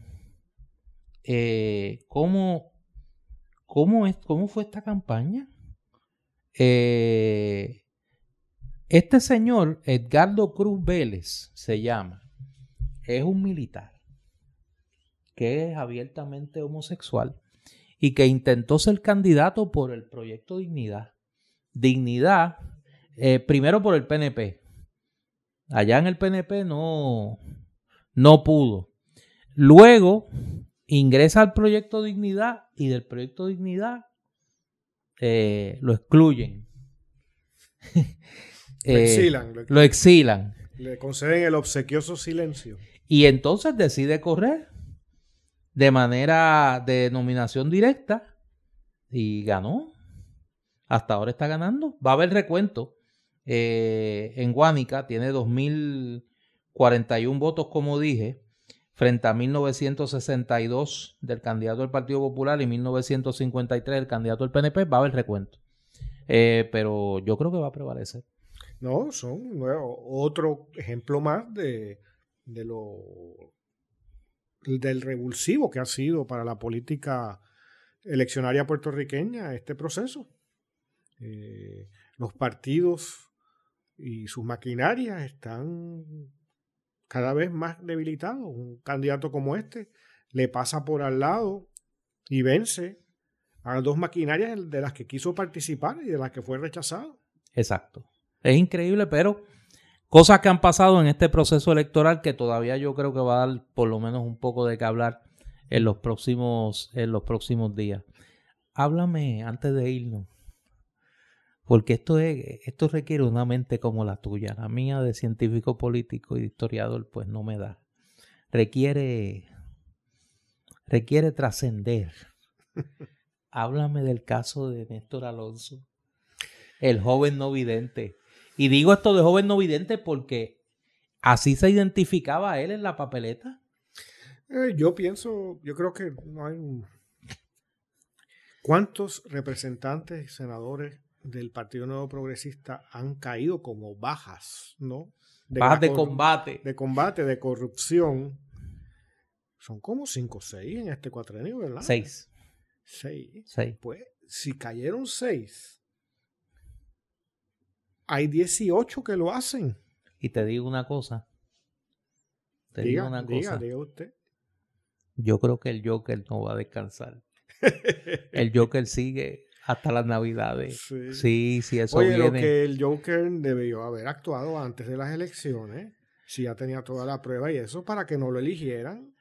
eh, cómo, cómo, es, cómo fue esta campaña. Eh, este señor, Edgardo Cruz Vélez, se llama, es un militar que es abiertamente homosexual y que intentó ser candidato por el Proyecto Dignidad. Dignidad, eh, primero por el P N P. Allá en el P N P no, no pudo. Luego ingresa al Proyecto Dignidad y del Proyecto Dignidad eh, lo excluyen. Lo exilan, eh, lo exilan. Le conceden el obsequioso silencio. Y entonces decide correr de manera de nominación directa y ganó. Hasta ahora está ganando. Va a haber recuento. Eh, en Guánica tiene dos mil cuarenta y uno votos, como dije, frente a mil novecientos sesenta y dos del candidato del Partido Popular y mil novecientos cincuenta y tres del candidato del P N P. Va a haber recuento. Eh, pero yo creo que va a prevalecer. No, son bueno, otro ejemplo más de, de lo del revulsivo que ha sido para la política eleccionaria puertorriqueña este proceso. Eh, los partidos y sus maquinarias están cada vez más debilitados. Un candidato como este le pasa por al lado y vence a dos maquinarias de las que quiso participar y de las que fue rechazado. Exacto. Es increíble, pero cosas que han pasado en este proceso electoral que todavía yo creo que va a dar por lo menos un poco de qué hablar en los próximos, en los próximos días. Háblame antes de irnos, porque esto, es, esto requiere una mente como la tuya. La mía de científico político y de historiador pues no me da. Requiere, requiere trascender. Háblame del caso de Néstor Alonso, el joven no vidente. Y digo esto de joven no vidente porque así se identificaba a él en la papeleta. Eh, yo pienso, yo creo que no hay... ¿Cuántos representantes y senadores del Partido Nuevo Progresista han caído como bajas, ¿no? De bajas de combate. De combate, de corrupción. Son como cinco o seis en este cuatrenio, ¿verdad? Seis. Seis. Seis. Pues, si cayeron seis, hay dieciocho que lo hacen. Y te digo una cosa. Te diga, digo una diga, cosa. diga usted. Yo creo que el Joker no va a descansar. El Joker sigue hasta las Navidades. Sí, sí, sí, eso Oye, viene. Lo que el Joker debió haber actuado antes de las elecciones, si ya tenía toda la prueba y eso, para que no lo eligieran.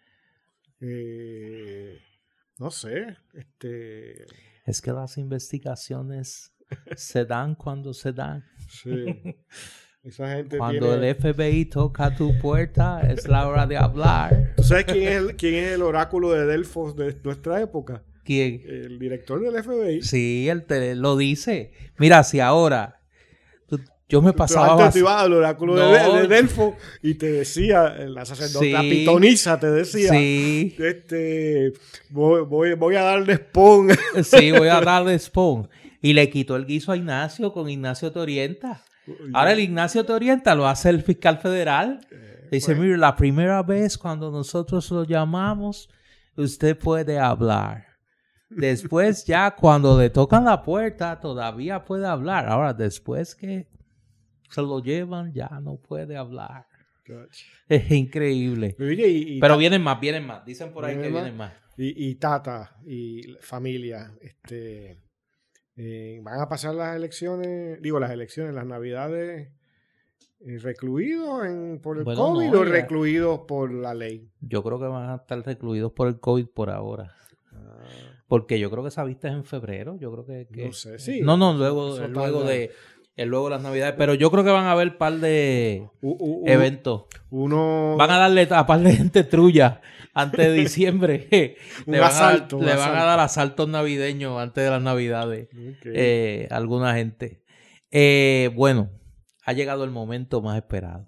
Eh, no sé, este... Es que las investigaciones se dan cuando se dan. Sí. Esa gente cuando tiene... el F B I toca tu puerta, es la hora de hablar. ¿Tú sabes quién es el, quién es el oráculo de Delfos de nuestra época? ¿Quién? El director del F B I. Sí, él te lo dice. Mira, si ahora tú, yo me pasaba... Antes tú ibas al oráculo no. de, de Delfos y te decía, la sacerdota sí, pitonisa te decía, sí. este, voy, voy, voy a darle spawn. Sí, voy a darle spawn. Y le quitó el guiso a Ignacio con Ignacio te orienta. Ahora el Ignacio te orienta lo hace el fiscal federal. Eh, Dice, pues, mire, la primera vez cuando nosotros lo llamamos, usted puede hablar. Después ya cuando le tocan la puerta, todavía puede hablar. Ahora después que se lo llevan, ya no puede hablar. gosh. Es increíble. Oye, y, y Pero ta- vienen más, vienen más. Dicen por ahí ¿Vienen que más? vienen más. Y, y Tata y familia, este, eh, van a pasar las elecciones, digo las elecciones, las navidades, eh, recluidos en, por el Bueno, COVID no, o ya. recluidos por la ley. Yo creo que van a estar recluidos por el COVID por ahora. Ah, Porque yo creo que esa vista es en febrero. Yo creo que... que- no sé, sí. No, no, luego, Eso luego tarda. de... el luego de las navidades. Pero yo creo que van a haber un par de U- u- u- eventos. Uno, Van a darle a par de gente trulla antes de diciembre. Un le van, asalto, a, un le van asalto. a dar asaltos navideños antes de las navidades. Ok. Eh, alguna gente. Eh, bueno, ha llegado el momento más esperado.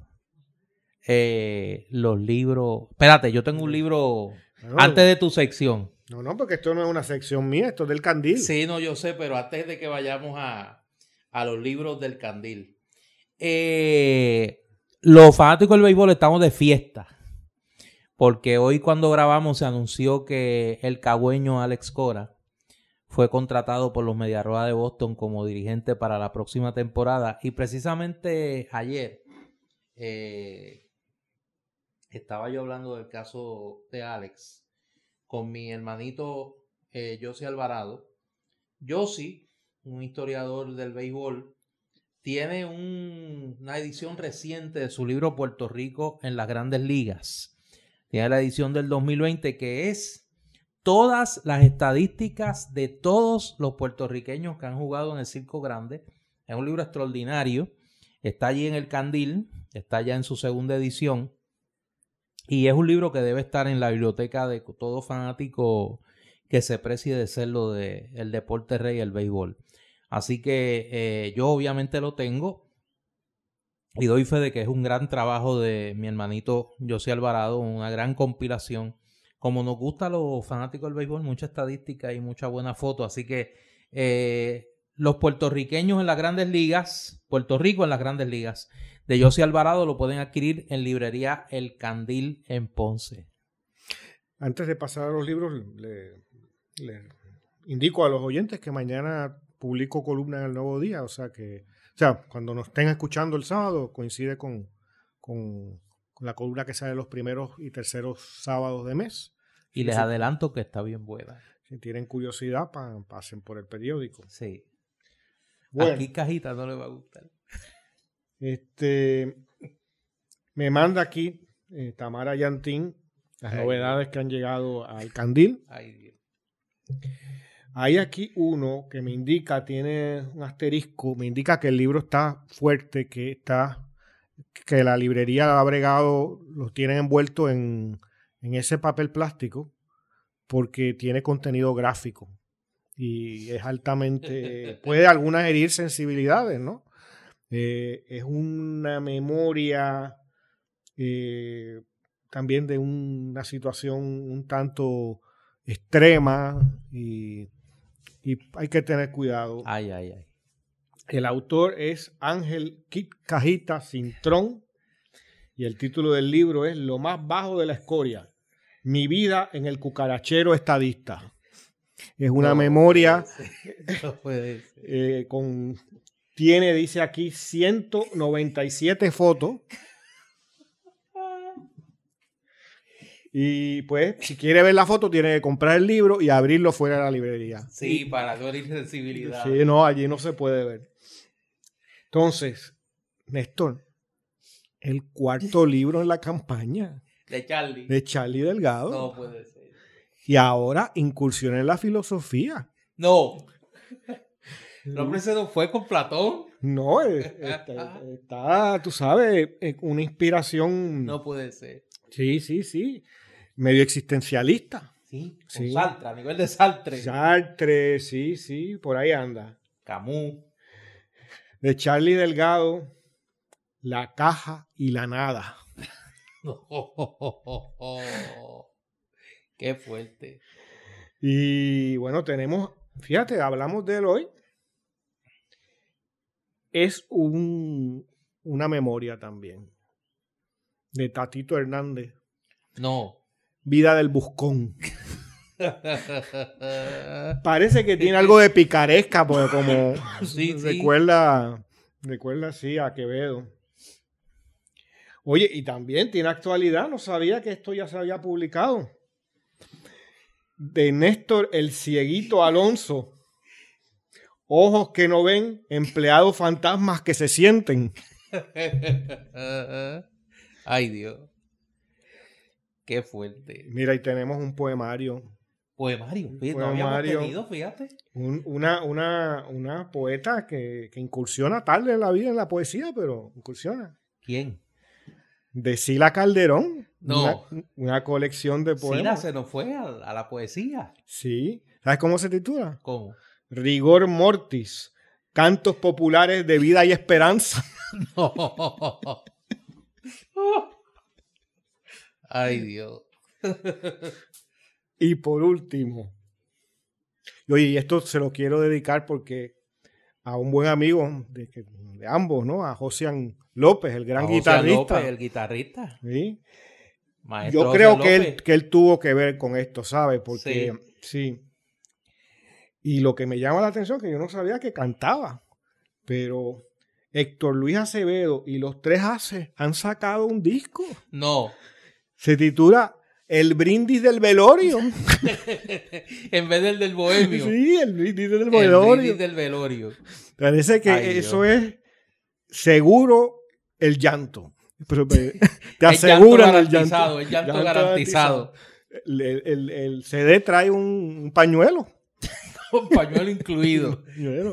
Eh, los libros... Espérate, yo tengo un libro Bueno, antes de tu sección. No, no, porque esto no es una sección mía, esto es del Candil. Sí, no, yo sé, pero antes de que vayamos a, a los libros del Candil. Eh, los fanáticos del béisbol estamos de fiesta. Porque hoy cuando grabamos se anunció que el cagüeño Alex Cora fue contratado por los Medias Rojas de Boston como dirigente para la próxima temporada. Y precisamente ayer eh, estaba yo hablando del caso de Alex con mi hermanito eh, José Alvarado. José, un historiador del béisbol, tiene un, una edición reciente de su libro Puerto Rico en las Grandes Ligas. Tiene la edición del dos mil veinte que es todas las estadísticas de todos los puertorriqueños que han jugado en el Circo Grande. Es un libro extraordinario. Está allí en el Candil, está ya en su segunda edición. Y es un libro que debe estar en la biblioteca de todo fanático que se precie de ser lo de el deporte rey, el béisbol. Así que eh, yo obviamente lo tengo y doy fe de que es un gran trabajo de mi hermanito José Alvarado, una gran compilación. Como nos gusta a los fanáticos del béisbol, mucha estadística y mucha buena foto. Así que eh, los puertorriqueños en las Grandes Ligas, Puerto Rico en las Grandes Ligas, de José Alvarado lo pueden adquirir en librería El Candil en Ponce. Antes de pasar a los libros, le, le indico a los oyentes que mañana publico columna en El Nuevo Día, o sea que, o sea, cuando nos estén escuchando el sábado, coincide con, con, con la columna que sale los primeros y terceros sábados de mes. Y les sí, adelanto que está bien buena. Si tienen curiosidad, pa, pasen por el periódico. Sí. Bueno, Aquí Cajita no le va a gustar. Este, me manda aquí eh, Tamara Yantín las Ay, novedades que han llegado al Candil. Ay, Dios. Hay aquí uno que me indica, tiene un asterisco, me indica que el libro está fuerte, que está, que la librería lo ha bregado, los tienen envuelto en, en ese papel plástico porque tiene contenido gráfico y es altamente, puede algunas herir sensibilidades, ¿no? Eh, es una memoria eh, también de un, una situación un tanto extrema y, y hay que tener cuidado. Ay, ay, ay. El autor es Ángel Cajita Cintrón y el título del libro es Lo más bajo de la escoria, mi vida en el cucarachero estadista. Es una no, memoria no puede ser. eh, con tiene, dice aquí, ciento noventa y siete fotos. Y pues, si quiere ver la foto, tiene que comprar el libro y abrirlo fuera de la librería. Sí, para no herir sensibilidad. Sí, no, allí no se puede ver. Entonces, Néstor, el cuarto libro en la campaña. De Charlie. De Charlie Delgado. No puede ser. Y ahora incursiona en la filosofía. No. ¿El hombre se nos fue con Platón? No, está, está, tú sabes, una inspiración. No puede ser. Sí, sí, sí. Medio existencialista. Sí, con sí. Sartre, a nivel de Sartre. Sartre, sí, sí, por ahí anda. Camus. De Charlie Delgado, La caja y la nada. Oh, oh, oh, oh. Qué fuerte. Y bueno, tenemos, fíjate, hablamos de él hoy. Es un, una memoria también. De Tatito Hernández. No. Vida del Buscón. Parece que tiene algo de picaresca, porque como sí, recuerda, sí. recuerda sí, a Quevedo. Oye, y también tiene actualidad, no sabía que esto ya se había publicado. De Néstor el Cieguito Alonso. Ojos que no ven, empleados fantasmas que se sienten. Ay, Dios. Qué fuerte. Mira, y tenemos un poemario. Poemario, fíjate, no habíamos tenido, fíjate. Un, una, una, una poeta que, que incursiona tarde en la vida en la poesía, pero incursiona. ¿Quién? De Sila Calderón. No. Una, una colección de poemas. Sila se nos fue a, a la poesía. Sí. ¿Sabes cómo se titula? ¿Cómo? Rigor Mortis. Cantos populares de vida y esperanza. No. Ay, Dios. Y por último, y oye, esto se lo quiero dedicar porque a un buen amigo de, de ambos, ¿no? A Josian López, el gran a guitarrista. López, el guitarrista. ¿Sí? Maestro Yo creo José que López. él, que él tuvo que ver con esto, ¿sabes? Porque, sí. sí. Y lo que me llama la atención es que yo no sabía que cantaba, pero Héctor Luis Acevedo y los Tres Haces han sacado un disco. No. Se titula El brindis del velorio. En vez del del bohemio. Sí, el brindis del velorio. El brindis del velorio. Parece que Ay, eso Dios. es seguro el llanto. Pero te aseguran el llanto. El llanto, llanto garantizado. El, el, el C D trae un, un pañuelo. Un pañuelo incluido. Pañuelo.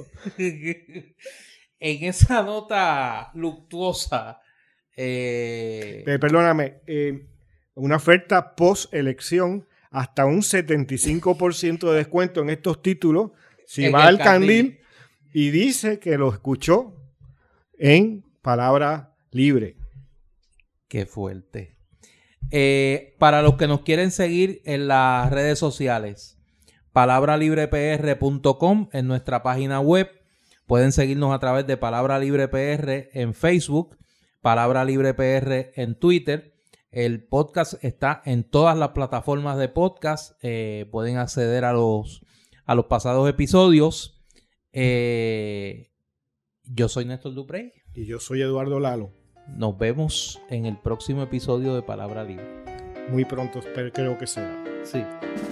En esa nota luctuosa. Eh... Eh, perdóname. Eh, una oferta post-elección hasta un setenta y cinco por ciento de descuento en estos títulos si en va al Candil. Candil y dice que lo escuchó en Palabra Libre. Qué fuerte. Eh, para los que nos quieren seguir en las redes sociales, palabra libre p r punto com en nuestra página web. Pueden seguirnos a través de Palabra Libre P R en Facebook, Palabra Libre P R en Twitter. El podcast está en todas las plataformas de podcast. Eh, pueden acceder a los, a los pasados episodios. Eh, yo soy Néstor Duprey. Y yo soy Eduardo Lalo. Nos vemos en el próximo episodio de Palabra Libre. Muy pronto, espero, creo que será. Sí.